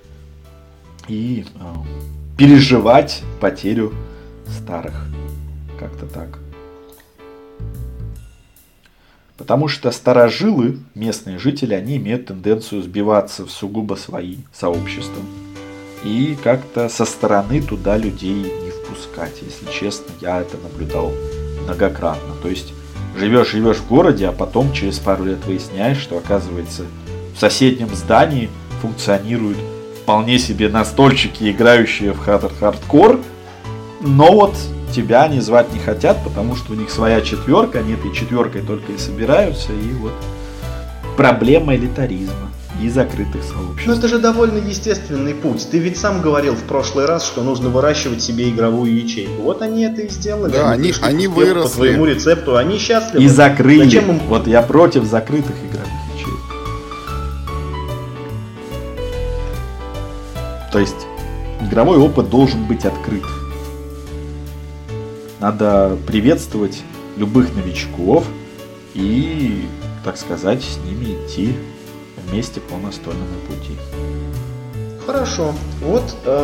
и переживать потерю старых. Как-то так. Потому что старожилы, местные жители, они имеют тенденцию сбиваться в сугубо свои сообщества. И как-то со стороны туда людей не впускать. Если честно, я это наблюдал многократно. То есть живешь в городе, а потом через пару лет выясняешь, что, оказывается, в соседнем здании функционируют вполне себе настольщики, играющие в хардкор. Но вот тебя они звать не хотят, потому что у них своя четверка, они этой четверкой только и собираются, и вот проблема элитаризма и закрытых сообществ. Ну это же довольно естественный путь. Ты ведь сам говорил в прошлый раз, что нужно выращивать себе игровую ячейку. Вот они это и сделали. Да, они выросли. По твоему рецепту, они счастливы. И закрыли. Зачем им... Вот я против закрытых игровых ячеек. То есть игровой опыт должен быть открыт. Надо приветствовать любых новичков и, так сказать, с ними идти вместе по настольному пути. Хорошо. Вот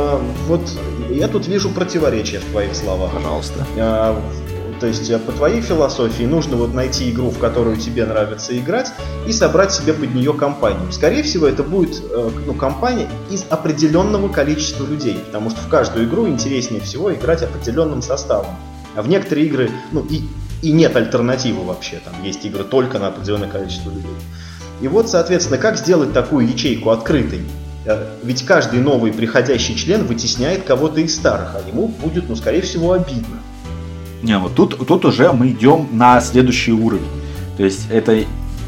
я тут вижу противоречие в твоих словах. Пожалуйста. То есть по твоей философии нужно вот найти игру, в которую тебе нравится играть, и собрать себе под нее компанию. Скорее всего, это будет компания из определенного количества людей, потому что в каждую игру интереснее всего играть определенным составом. А в некоторые игры, и нет альтернативы вообще, там есть игры только на определенное количество людей. И вот, соответственно, как сделать такую ячейку открытой? Ведь каждый новый приходящий член вытесняет кого-то из старых, а ему будет, скорее всего, обидно. Не, вот тут уже мы идем на следующий уровень. То есть это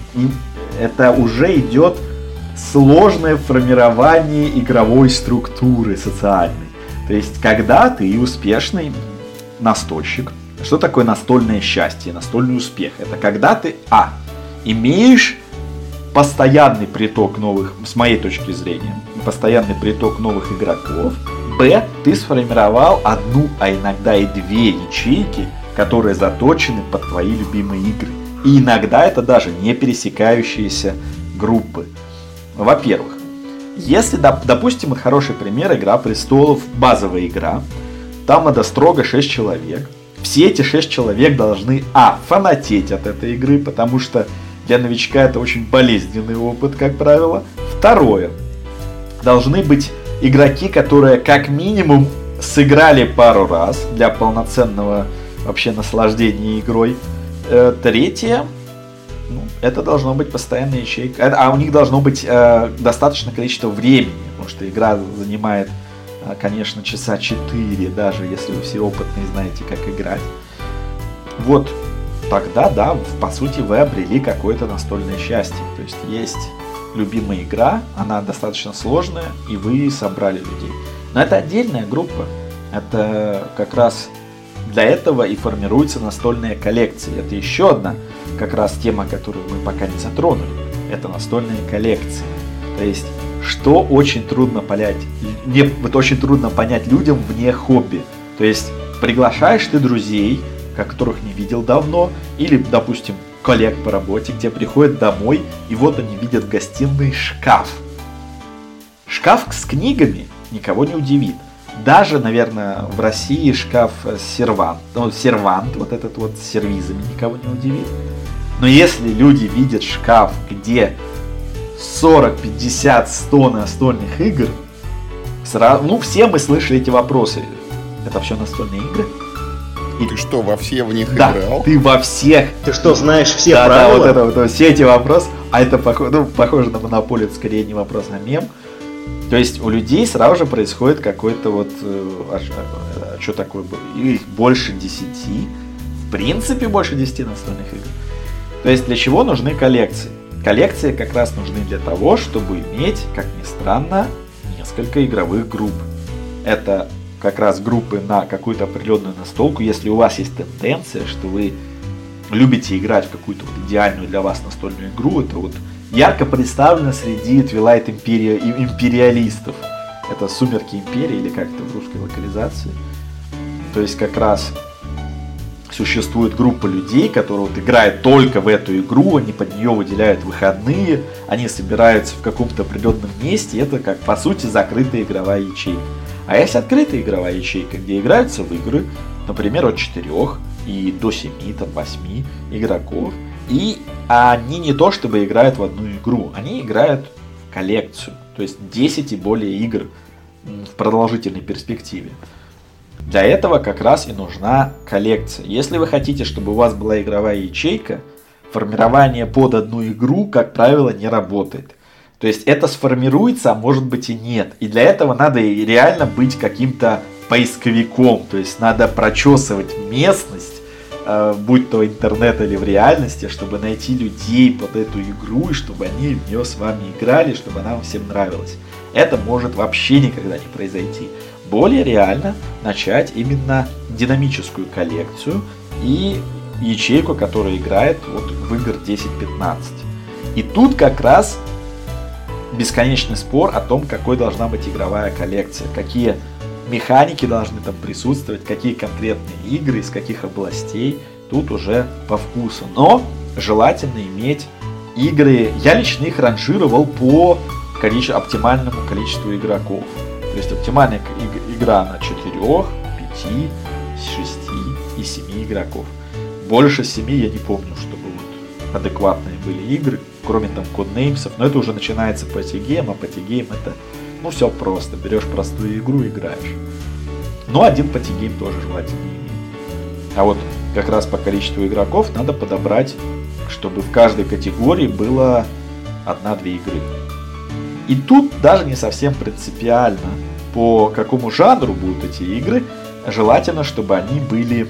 уже идет сложное формирование игровой структуры социальной. То есть когда ты успешный настольщик, что такое настольное счастье, настольный успех? Это когда ты, имеешь постоянный приток новых, с моей точки зрения, постоянный приток новых игроков. Б, ты сформировал одну, а иногда и две ячейки, которые заточены под твои любимые игры. И иногда это даже не пересекающиеся группы. Во-первых, если, допустим, хороший пример, «Игра престолов», базовая игра, там надо строго 6 человек. Все эти 6 человек должны, фанатеть от этой игры, потому что для новичка это очень болезненный опыт, как правило. Второе, должны быть игроки, которые как минимум сыграли пару раз для полноценного вообще наслаждения игрой. Третье, это должно быть постоянная ячейка, а у них должно быть достаточное количество времени, потому что игра занимает, конечно, часа 4, даже если вы все опытные знаете, как играть. Вот тогда, да, по сути, вы обрели какое-то настольное счастье. То есть есть любимая игра, она достаточно сложная, и вы собрали людей. Но это отдельная группа. Это как раз для этого и формируется настольная коллекция. Это еще одна как раз тема, которую мы пока не затронули. Это настольные коллекции. То есть, что очень трудно понять. Очень трудно понять людям вне хобби. То есть, приглашаешь ты друзей, которых не видел давно, или, допустим, коллег по работе, где приходят домой, и вот они видят в гостиной шкаф. Шкаф с книгами никого не удивит. Даже, наверное, в России шкаф сервант, вот этот вот с сервизами, никого не удивит. Но если люди видят шкаф, где 40, 50, 100 настольных игр, все мы слышали эти вопросы. Это все настольные игры? И ты что, во все в них Да, играл? ты во всех. Ты что, знаешь все правила? Да, вот все эти вопросы. А это похоже на монополию, это скорее не вопрос, а мем. То есть у людей сразу же происходит какой-то что такое было? Их больше 10. В принципе, больше 10 настольных игр. То есть для чего нужны коллекции? Коллекции как раз нужны для того, чтобы иметь, как ни странно, несколько игровых групп. Это как раз группы на какую-то определенную настолку. Если у вас есть тенденция, что вы любите играть в какую-то идеальную для вас настольную игру, это ярко представлено среди Twilight империалистов. Это «Сумерки империи» или как это в русской локализации. То есть как раз существует группа людей, которые играют только в эту игру, они под нее выделяют выходные, они собираются в каком-то определенном месте, это как по сути закрытая игровая ячейка. А есть открытая игровая ячейка, где играются в игры, например, от 4 и до 7, 8 игроков. И они не то чтобы играют в одну игру, они играют в коллекцию. То есть 10 и более игр в продолжительной перспективе. Для этого как раз и нужна коллекция. Если вы хотите, чтобы у вас была игровая ячейка, формирование под одну игру, как правило, не работает. То есть это сформируется, а может быть и нет. И для этого надо реально быть каким-то поисковиком, то есть надо прочесывать местность, будь то интернет или в реальности, чтобы найти людей под эту игру, и чтобы они в нее с вами играли, чтобы она вам всем нравилась. Это может вообще никогда не произойти. Более реально начать именно динамическую коллекцию и ячейку, которая играет вот в игр 10-15. И тут как раз бесконечный спор о том, какой должна быть игровая коллекция, какие механики должны там присутствовать, какие конкретные игры, из каких областей, тут уже по вкусу. Но желательно иметь игры, я лично их ранжировал по оптимальному количеству игроков. То есть оптимальная игра на 4, 5, 6 и 7 игроков. Больше 7 я не помню, чтобы вот адекватные были игры, кроме там Codenames, но это уже начинается патигейм, а патигейм это, ну, все просто, берешь простую игру и играешь. Но один патигейм тоже желательно иметь. А вот как раз по количеству игроков надо подобрать, чтобы в каждой категории было 1-2 игры. И тут даже не совсем принципиально, по какому жанру будут эти игры. Желательно, чтобы они были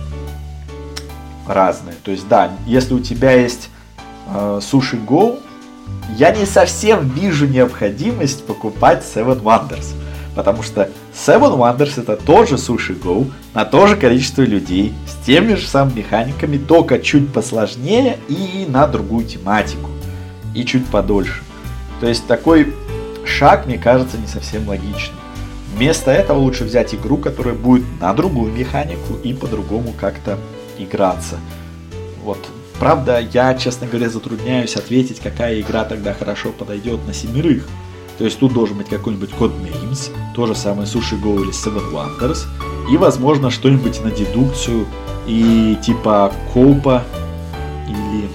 разные. То есть, да, если у тебя есть Sushi Go, я не совсем вижу необходимость покупать Seven Wonders. Потому что Seven Wonders это тоже Sushi Go, на то же количество людей, с теми же самыми механиками, только чуть посложнее и на другую тематику. И чуть подольше. То есть такой шаг, мне кажется, не совсем логичным. Вместо этого лучше взять игру, которая будет на другую механику и по-другому как-то играться. Вот. Правда, я, честно говоря, затрудняюсь ответить, какая игра тогда хорошо подойдет на 7. То есть тут должен быть какой-нибудь Codenames, то же самое Sushi Go или Seven Wonders, и, возможно, что-нибудь на дедукцию и типа Коупа или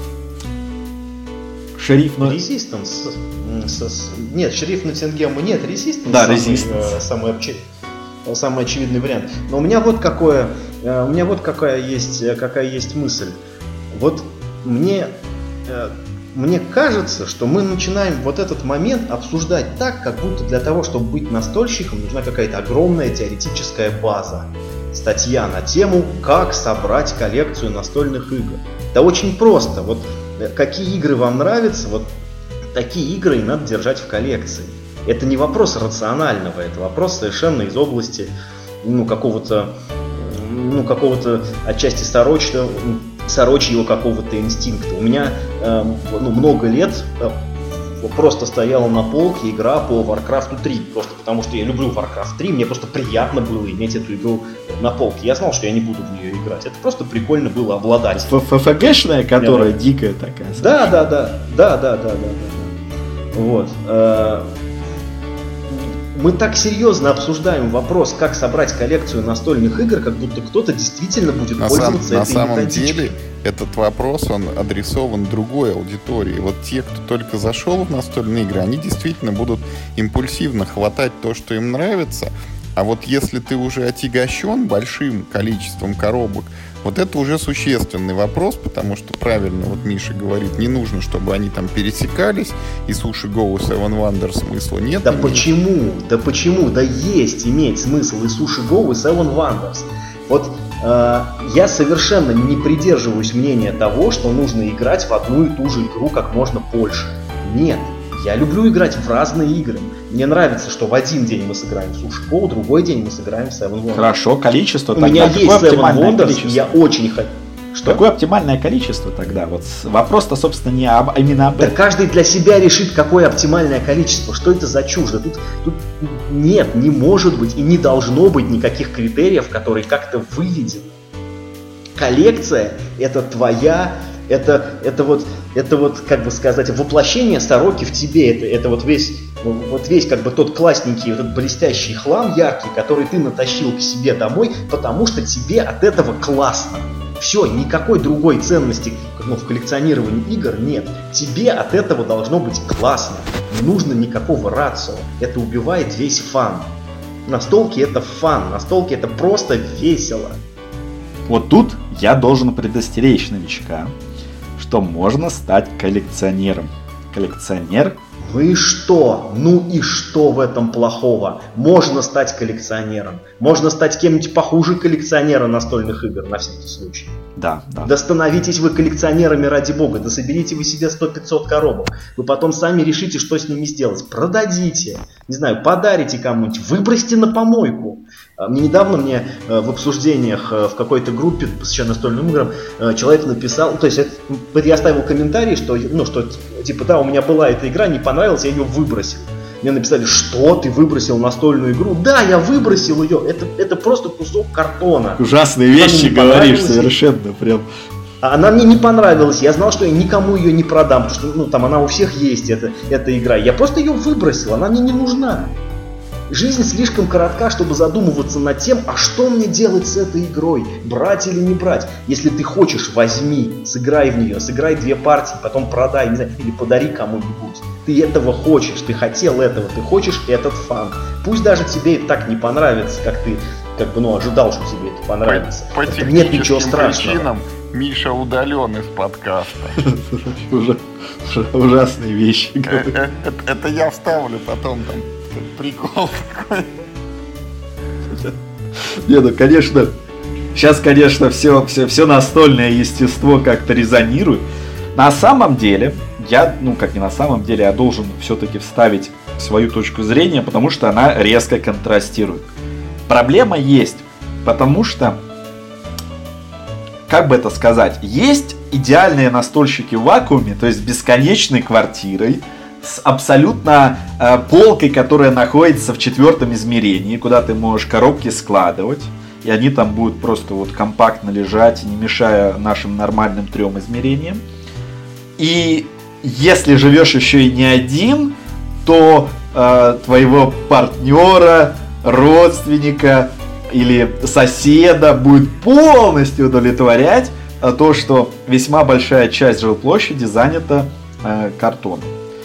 Шериф на... Resistance. Нет, Шериф Ноттингема нет, Resistance. Да, Resistance. Самый очевидный вариант. Но у меня вот какая есть мысль. Вот мне кажется, что мы начинаем вот этот момент обсуждать так, как будто для того, чтобы быть настольщиком, нужна какая-то огромная теоретическая база. Статья на тему «Как собрать коллекцию настольных игр». Это очень просто. Вот какие игры вам нравятся, вот такие игры и надо держать в коллекции. Это не вопрос рационального, это вопрос совершенно из области какого-то отчасти сорочьего какого-то инстинкта. У меня много лет просто стояла на полке игра по Warcraft 3, просто потому что я люблю Warcraft 3, мне просто приятно было иметь эту игру на полке. Я знал, что я не буду в нее играть, это просто прикольно было обладать. ФФГшная, которая дикая такая. Да. Вот. Мы так серьезно обсуждаем вопрос, как собрать коллекцию настольных игр, как будто кто-то действительно будет пользоваться этой методичкой. На самом деле, этот вопрос, он адресован другой аудитории. Вот те, кто только зашел в настольные игры, они действительно будут импульсивно хватать то, что им нравится. А вот если ты уже отягощен большим количеством коробок, вот это уже существенный вопрос, потому что правильно вот Миша говорит, не нужно, чтобы они там пересекались, и Sushi Go и Seven Wonders смысла нет. Да почему? Да есть иметь смысл и Sushi Go, и Seven Wonders. Вот я совершенно не придерживаюсь мнения того, что нужно играть в одну и ту же игру как можно больше. Нет. Я люблю играть в разные игры. Мне нравится, что в один день мы сыграем в Sushi Go, в другой день мы сыграем в Seven Wonders. Хорошо, количество. У меня есть Seven Wonders, и я очень хочу. Что? Какое оптимальное количество тогда? Вот вопрос-то, собственно, именно об этом. Да каждый для себя решит, какое оптимальное количество. Что это за чушь? Да тут нет, не может быть и не должно быть никаких критериев, которые как-то выведены. Коллекция — это твоя... Это вот, как бы сказать, воплощение сороки в тебе. Это вот весь как бы тот классненький, вот этот блестящий хлам яркий, который ты натащил к себе домой, потому что тебе от этого классно. Все, никакой другой ценности в коллекционировании игр нет. Тебе от этого должно быть классно. Не нужно никакого рацио. Это убивает весь фан. Настолки — это фан. Настолки — это просто весело. Вот тут я должен предостеречь новичка, что можно стать коллекционером. Коллекционер Ну и что? Ну и что в этом плохого? Можно стать коллекционером. Можно стать кем-нибудь похуже коллекционера настольных игр, на всякий случай. Да. Да становитесь вы коллекционерами ради бога. Да соберите вы себе 100-500 коробок. Вы потом сами решите, что с ними сделать. Продадите. Не знаю, подарите кому-нибудь. Выбросьте на помойку. Недавно в обсуждениях в какой-то группе, посвященной настольным играм, человек написал, то есть я оставил комментарий, что типа, да, у меня была эта игра, не понравилась, я ее выбросил. Мне написали, что ты выбросил настольную игру? Да, я выбросил ее, это просто кусок картона. Ужасные вещи говоришь, совершенно прям. Она мне не понравилась, я знал, что я никому ее не продам, потому что там она у всех есть, эта игра. Я просто ее выбросил, она мне не нужна. Жизнь слишком коротка, чтобы задумываться над тем, а что мне делать с этой игрой, брать или не брать. Если ты хочешь, возьми, сыграй в нее, сыграй 2 партии, потом продай, не знаю, или подари кому-нибудь. Ты этого хочешь, ты хотел этого, ты хочешь этот фан. Пусть даже тебе и так не понравится, как ты ожидал, что тебе это понравится. По нет ничего страшного. Причинам Миша удален из подкаста. Ужасные вещи. Это я вставлю потом там. Прикол такой. Не, конечно, сейчас, конечно, все настольное естество как-то резонирует. На самом деле, я должен все-таки вставить свою точку зрения, потому что она резко контрастирует. Проблема есть, потому что, как бы это сказать, есть идеальные настольщики в вакууме, то есть бесконечной квартирой, с абсолютно полкой, которая находится в 4 измерении, куда ты можешь коробки складывать, и они там будут просто компактно лежать, не мешая нашим нормальным 3 измерениям. И если живешь еще и не один, то твоего партнера, родственника или соседа будет полностью удовлетворять то, что весьма большая часть жилплощади занята картоном.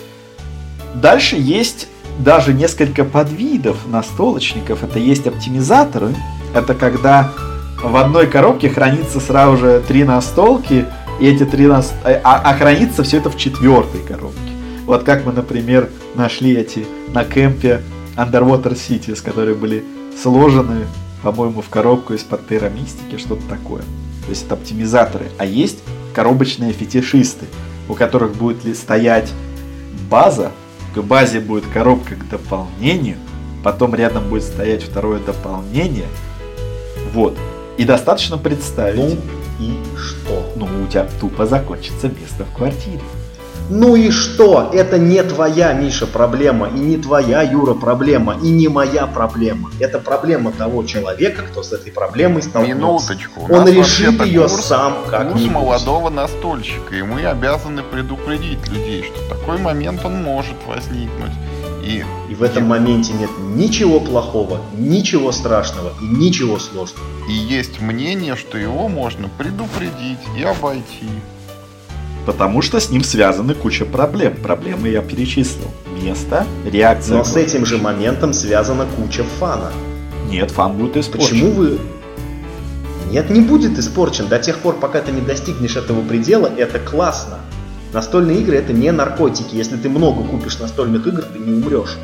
Дальше есть даже несколько подвидов настолочников. Это есть оптимизаторы. Это когда в одной коробке хранится сразу же 3 настолки, и эти 3 хранится все это в 4-й коробке. Вот как мы, например, нашли эти на кемпе Underwater Cities, которые были сложены, по-моему, в коробку из-под Terra Mystica, что-то такое. То есть это оптимизаторы. А есть коробочные фетишисты, у которых будет стоять база. К базе будет коробка к дополнению, потом рядом будет стоять 2 дополнение. Вот. И достаточно представить. Ну и что? У тебя тупо закончится место в квартире. Ну и что? Это не твоя, Миша, проблема, и не твоя, Юра, проблема, и не моя проблема. Это проблема того человека, кто с этой проблемой столкнулся. Минуточку. Он решит ее сам как-нибудь. Курс молодого настольщика, и мы обязаны предупредить людей, что такой момент он может возникнуть. И в этом моменте нет ничего плохого, ничего страшного и ничего сложного. И есть мнение, что его можно предупредить и обойти. Потому что с ним связаны куча проблем. Проблемы я перечислил. Место, реакция. Но с этим же моментом связана куча фана. Нет, фан будет испорчен. Почему вы... Нет, не будет испорчен. До тех пор, пока ты не достигнешь этого предела, это классно. Настольные игры — это не наркотики. Если ты много купишь настольных игр, ты не умрешь.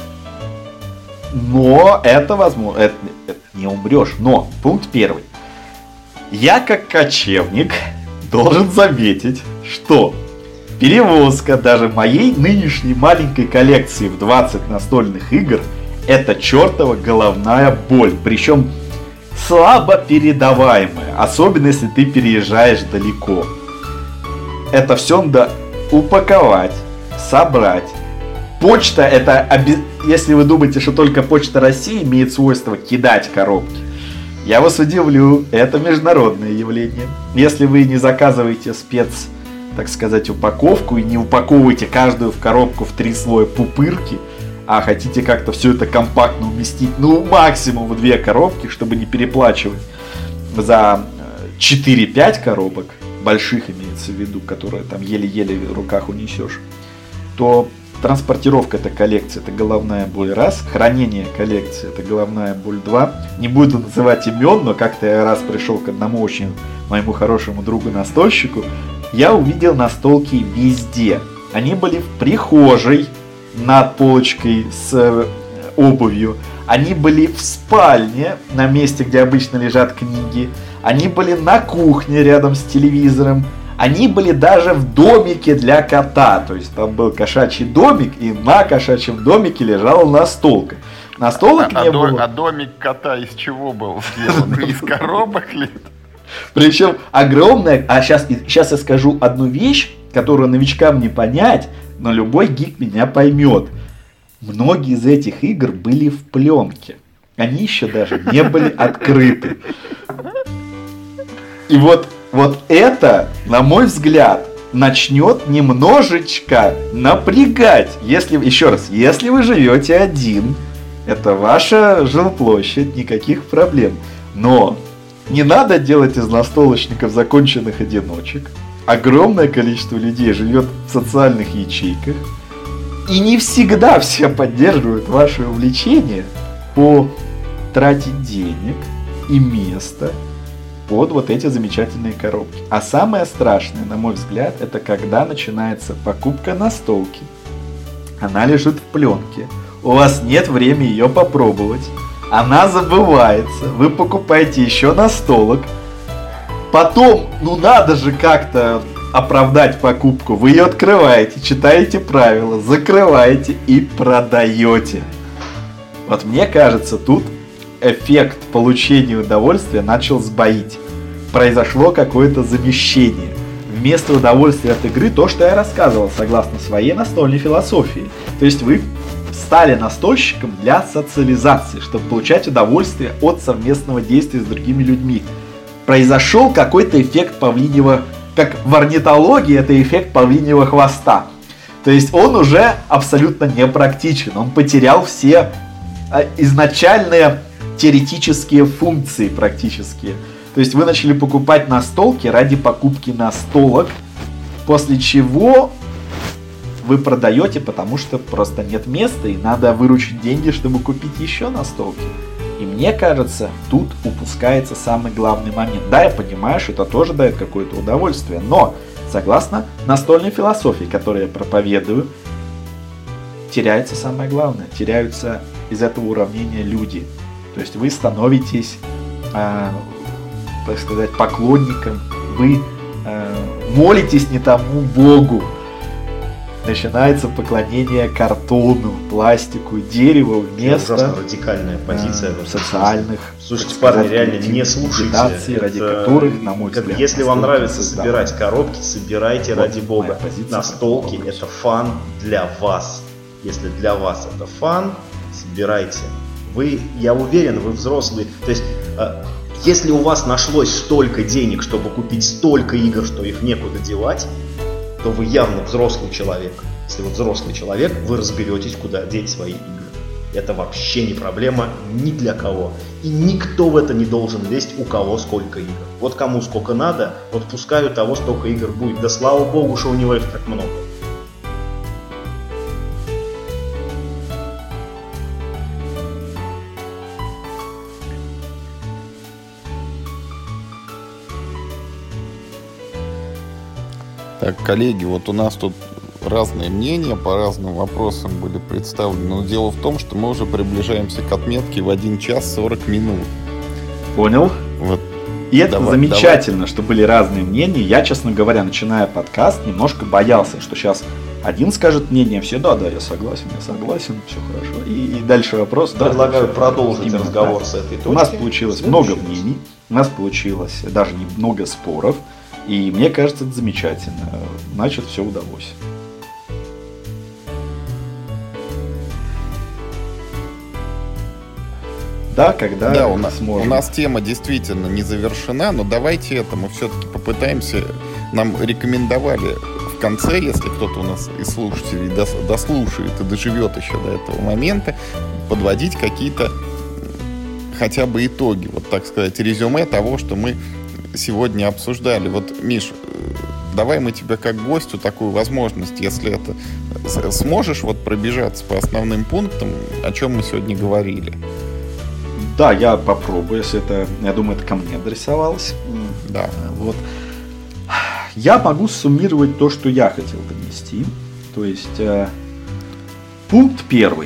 Но это возможно. Это не умрешь. Но пункт 1. Я, как кочевник, должен заметить, что перевозка даже моей нынешней маленькой коллекции в 20 настольных игр — это чертова головная боль. Причем слабо передаваемая, особенно если ты переезжаешь далеко. Это все надо упаковать, собрать. Почта — это, если вы думаете, что только Почта России имеет свойство кидать коробки, я вас удивлю, это международное явление. Если вы не заказываете так сказать, упаковку и не упаковываете каждую в коробку в 3 слоя пупырки, а хотите как-то все это компактно уместить, максимум в 2 коробки, чтобы не переплачивать за 4-5 коробок, больших имеется в виду, которые там еле-еле в руках унесешь, то транспортировка этой коллекции — это головная боль раз, хранение коллекции — это головная боль 2. Не буду называть имен, но как-то я раз пришел к одному очень моему хорошему другу-настольщику, я увидел настолки везде. Они были в прихожей, над полочкой с обувью. Они были в спальне, на месте, где обычно лежат книги. Они были на кухне рядом с телевизором. Они были даже в домике для кота. То есть там был кошачий домик, и на кошачьем домике лежала настолка. Настолок не было. А домик кота из чего был сделан? Из коробок ли? Причем огромная... А сейчас я скажу одну вещь, которую новичкам не понять, но любой гик меня поймет. Многие из этих игр были в пленке. Они еще даже не были открыты. И вот это, на мой взгляд, начнет немножечко напрягать. Еще раз, если вы живете один, это ваша жилплощадь, никаких проблем. Но не надо делать из настолочников законченных одиночек. Огромное количество людей живет в социальных ячейках. И не всегда все поддерживают ваше увлечение по тратить денег и место под вот эти замечательные коробки. А самое страшное, на мой взгляд, это когда начинается покупка настолки. Она лежит в пленке. У вас нет времени ее попробовать. Она забывается. Вы покупаете еще настолок. Потом, надо же как-то оправдать покупку. Вы ее открываете, читаете правила, закрываете и продаете. Вот мне кажется, тут эффект получения удовольствия начал сбоить. Произошло какое-то замещение. Вместо удовольствия от игры то, что я рассказывал, согласно своей настольной философии. То есть вы стали настольщиком для социализации, чтобы получать удовольствие от совместного действия с другими людьми. Произошел какой-то эффект павлиньего, как в орнитологии это эффект павлиньего хвоста. То есть он уже абсолютно непрактичен, он потерял все изначальные теоретические функции практические. То есть вы начали покупать настолки ради покупки настолок, после чего вы продаете, потому что просто нет места и надо выручить деньги, чтобы купить еще настолки. И мне кажется, тут упускается самый главный момент. Да, я понимаю, что это тоже дает какое-то удовольствие, но согласно настольной философии, которую я проповедую, теряется самое главное. Теряются из этого уравнения люди. То есть вы становитесь, так сказать, поклонником, вы молитесь не тому Богу. Начинается поклонение картону, пластику, дереву вместо ужасно радикальная позиция социальных. Слушайте, парни, реально не слушайте. Ради которых, на мой взгляд, если вам нравится собирать коробки, собирайте ради бога. Настолки — это фан для вас. Если для вас это фан, собирайте. Я уверен, вы взрослые. То есть, если у вас нашлось столько денег, чтобы купить столько игр, что их некуда девать, то вы явно взрослый человек. Если вы взрослый человек, вы разберетесь, куда деть свои игры. Это вообще не проблема ни для кого. И никто в это не должен лезть, у кого сколько игр. Вот кому сколько надо, вот пускай у того столько игр будет. Да слава богу, что у него их так много. Так, коллеги, вот у нас тут разные мнения по разным вопросам были представлены. Но дело в том, что мы уже приближаемся к отметке в 1 час 40 минут. Понял? Вот. И это замечательно, что были разные мнения. Я, честно говоря, начиная подкаст, немножко боялся, что сейчас один скажет мнение, все, да, я согласен, все хорошо. И дальше вопрос. Предлагаю продолжить разговор с этой точки. У нас получилось много мнений, у нас получилось даже много споров. И мне кажется, это замечательно. Значит, все удалось. Да, когда да, у нас тема действительно не завершена, но давайте мы все-таки попытаемся. Нам рекомендовали в конце, если кто-то у нас из слушателей дослушает и доживет еще до этого момента, подводить какие-то хотя бы итоги, вот так сказать, резюме того, что мы сегодня обсуждали. Вот, Миш, давай мы тебе как гостю такую возможность, если это сможешь вот пробежаться по основным пунктам, о чем мы сегодня говорили. Да, я попробую, если это, я думаю, это ко мне адресовалось. Да. Вот. Я могу суммировать то, что я хотел донести. То есть, Пункт 1.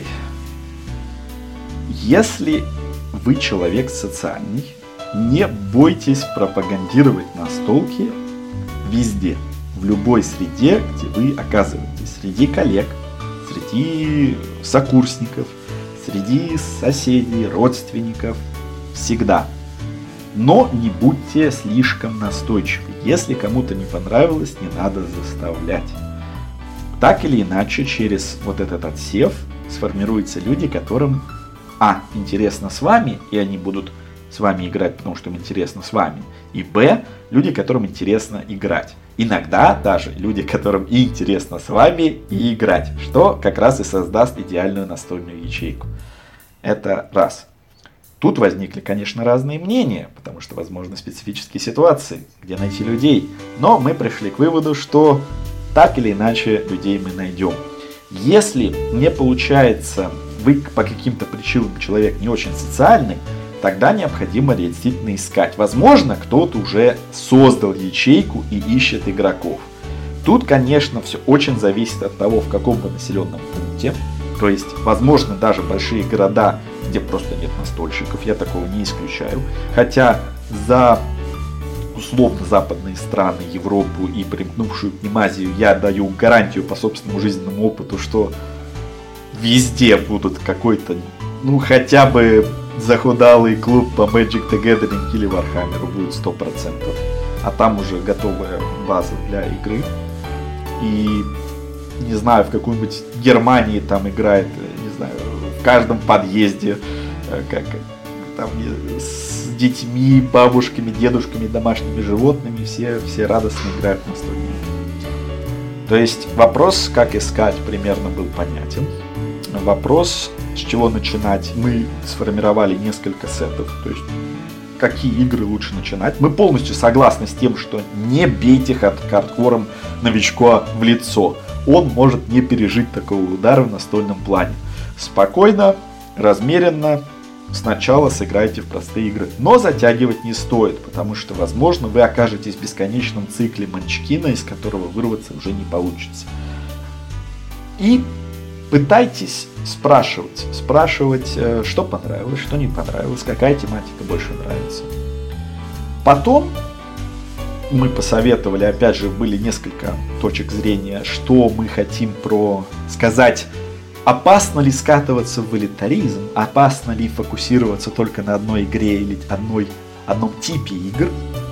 Если вы человек социальный, не бойтесь пропагандировать настолки везде, в любой среде, где вы оказываетесь. Среди коллег, среди сокурсников, среди соседей, родственников. Всегда. Но не будьте слишком настойчивы. Если кому-то не понравилось, не надо заставлять. Так или иначе, через вот этот отсев сформируются люди, которым интересно с вами, и они будут с вами играть, потому что им интересно с вами. И люди, которым интересно играть. Иногда даже люди, которым и интересно с вами и играть, что как раз и создаст идеальную настольную ячейку. Это раз. Тут возникли, конечно, разные мнения, потому что, возможно, специфические ситуации, где найти людей. Но мы пришли к выводу, что так или иначе людей мы найдем. Если не получается, вы по каким-то причинам человек не очень социальный, тогда необходимо действительно искать. Возможно, кто-то уже создал ячейку и ищет игроков. Тут, конечно, все очень зависит от того, в каком вы населенном пункте. То есть, возможно, даже большие города, где просто нет настольщиков, я такого не исключаю. Хотя за условно западные страны, Европу и примкнувшую к ним Азию я даю гарантию по собственному жизненному опыту, что везде будут какой-то, хотя бы захудалый клуб по Magic the Gathering или Warhammer будет 100%. А там уже готовая база для игры. И не знаю, в какой-нибудь Германии там играет, не знаю, в каждом подъезде, как там с детьми, бабушками, дедушками, домашними животными, все радостно играют в настольные игры. То есть вопрос, как искать, примерно был понятен. Вопрос, с чего начинать, мы сформировали несколько сетов, то есть какие игры лучше начинать. Мы полностью согласны с тем, что не бейте хардкором новичка в лицо. Он может не пережить такого удара в настольном плане. Спокойно, размеренно, сначала сыграйте в простые игры. Но затягивать не стоит, потому что, возможно, вы окажетесь в бесконечном цикле манчкина, из которого вырваться уже не получится. И пытайтесь спрашивать, что понравилось, что не понравилось, какая тематика больше нравится. Потом мы посоветовали, опять же, были несколько точек зрения, что мы хотим сказать, опасно ли скатываться в элитаризм, опасно ли фокусироваться только на одной игре или одном типе игр.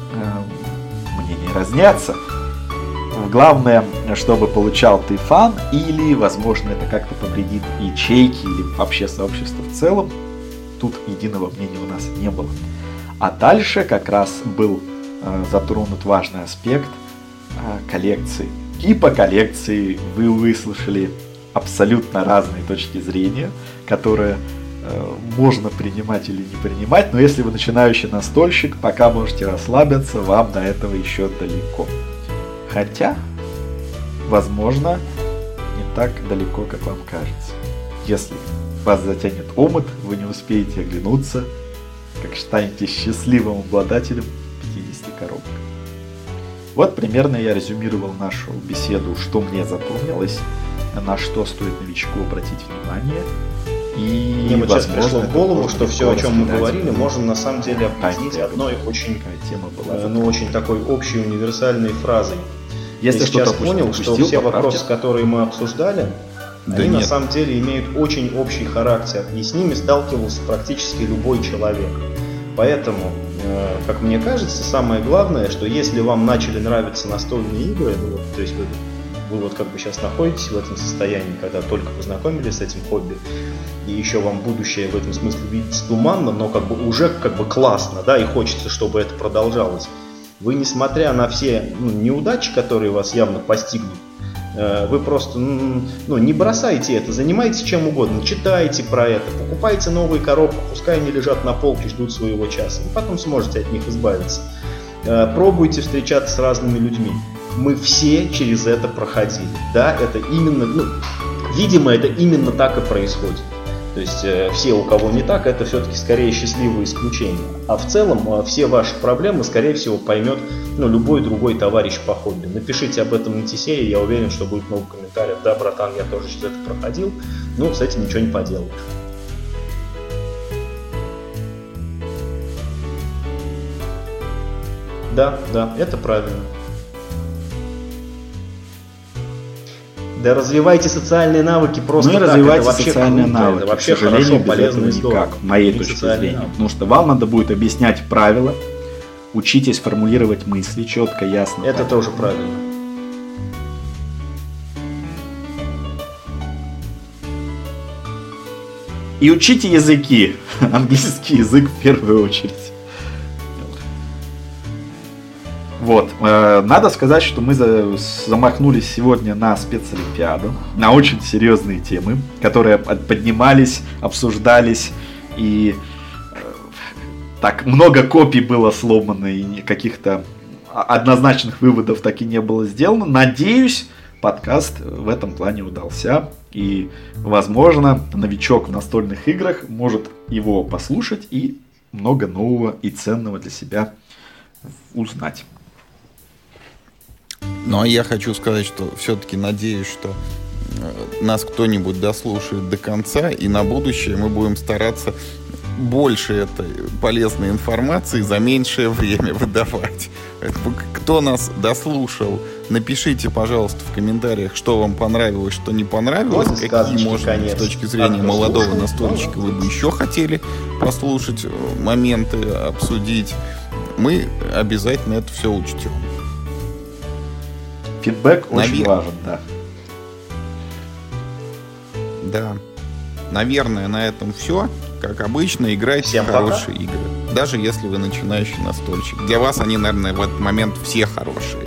Мнения разнятся. Главное, чтобы получал ты фан, или, возможно, это как-то повредит ячейки или вообще сообщество в целом. Тут единого мнения у нас не было. А дальше как раз был затронут важный аспект коллекции. И по коллекции вы выслушали абсолютно разные точки зрения, которые можно принимать или не принимать, но если вы начинающий настольщик, пока можете расслабиться, вам до этого еще далеко. Хотя, возможно, не так далеко, как вам кажется. Если вас затянет омут, вы не успеете оглянуться, как станете счастливым обладателем 50 коробок. Вот примерно я резюмировал нашу беседу, что мне запомнилось, на что стоит новичку обратить внимание. И мне вот сейчас пришло в голову, что все, о чем мы говорили, можно на самом деле объяснить одной очень, очень такой общей универсальной фразой. Если я сейчас понял, что все вопросы, которые мы обсуждали, они на самом деле имеют очень общий характер, и с ними сталкивался практически любой человек. Поэтому, как мне кажется, самое главное, что если вам начали нравиться настольные игры, то есть вы вот как бы сейчас находитесь в этом состоянии, когда только познакомились с этим хобби, и еще вам будущее в этом смысле видится туманно, но как бы уже как бы классно, да, и хочется, чтобы это продолжалось. Вы, несмотря на все неудачи, которые вас явно постигнут, вы просто не бросайте это, занимайтесь чем угодно, читайте про это, покупайте новые коробки, пускай они лежат на полке, ждут своего часа, и потом сможете от них избавиться. Пробуйте встречаться с разными людьми. Мы все через это проходили. Да, это именно, видимо, это именно так и происходит. То есть все, у кого не так, это все-таки скорее счастливые исключения. А в целом все ваши проблемы, скорее всего, поймет любой другой товарищ по хобби. Напишите об этом на Тесее, я уверен, что будет много комментариев. Да, братан, я тоже через это проходил, с этим ничего не поделаешь. Да, это правильно. Да развивайте социальные навыки просто так. Развивайте это вообще социальные круто, навыки. это вообще к сожалению, хорошо, без полезно этого и здорово. никак, моей точки зрения. Потому что вам надо будет объяснять правила, учитесь формулировать мысли четко, ясно. Это тоже правильно. И учите языки. Английский язык в первую очередь. Вот. Надо сказать, что мы замахнулись сегодня на спецолимпиаду, на очень серьезные темы, которые поднимались, обсуждались, и так много копий было сломано, и каких-то однозначных выводов так и не было сделано. Надеюсь, подкаст в этом плане удался, и, возможно, новичок в настольных играх может его послушать и много нового и ценного для себя узнать. Ну, а я хочу сказать, что все-таки надеюсь, что нас кто-нибудь дослушает до конца, и на будущее мы будем стараться больше этой полезной информации за меньшее время выдавать. Кто нас дослушал, напишите, пожалуйста, в комментариях, что вам понравилось, что не понравилось, вот какие, может быть, с точки зрения молодого настольщика вы бы еще хотели послушать моменты, обсудить. Мы обязательно это все учтем. Фидбэк очень важен, да. Да. Наверное, на этом все. Как обычно, играйте Всем в хорошие игры. Даже если вы начинающий настольщик. Для вас они, наверное, в этот момент все хорошие.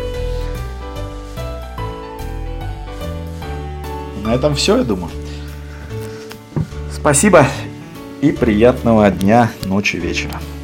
На этом все, я думаю. Спасибо и приятного дня, ночи, вечера.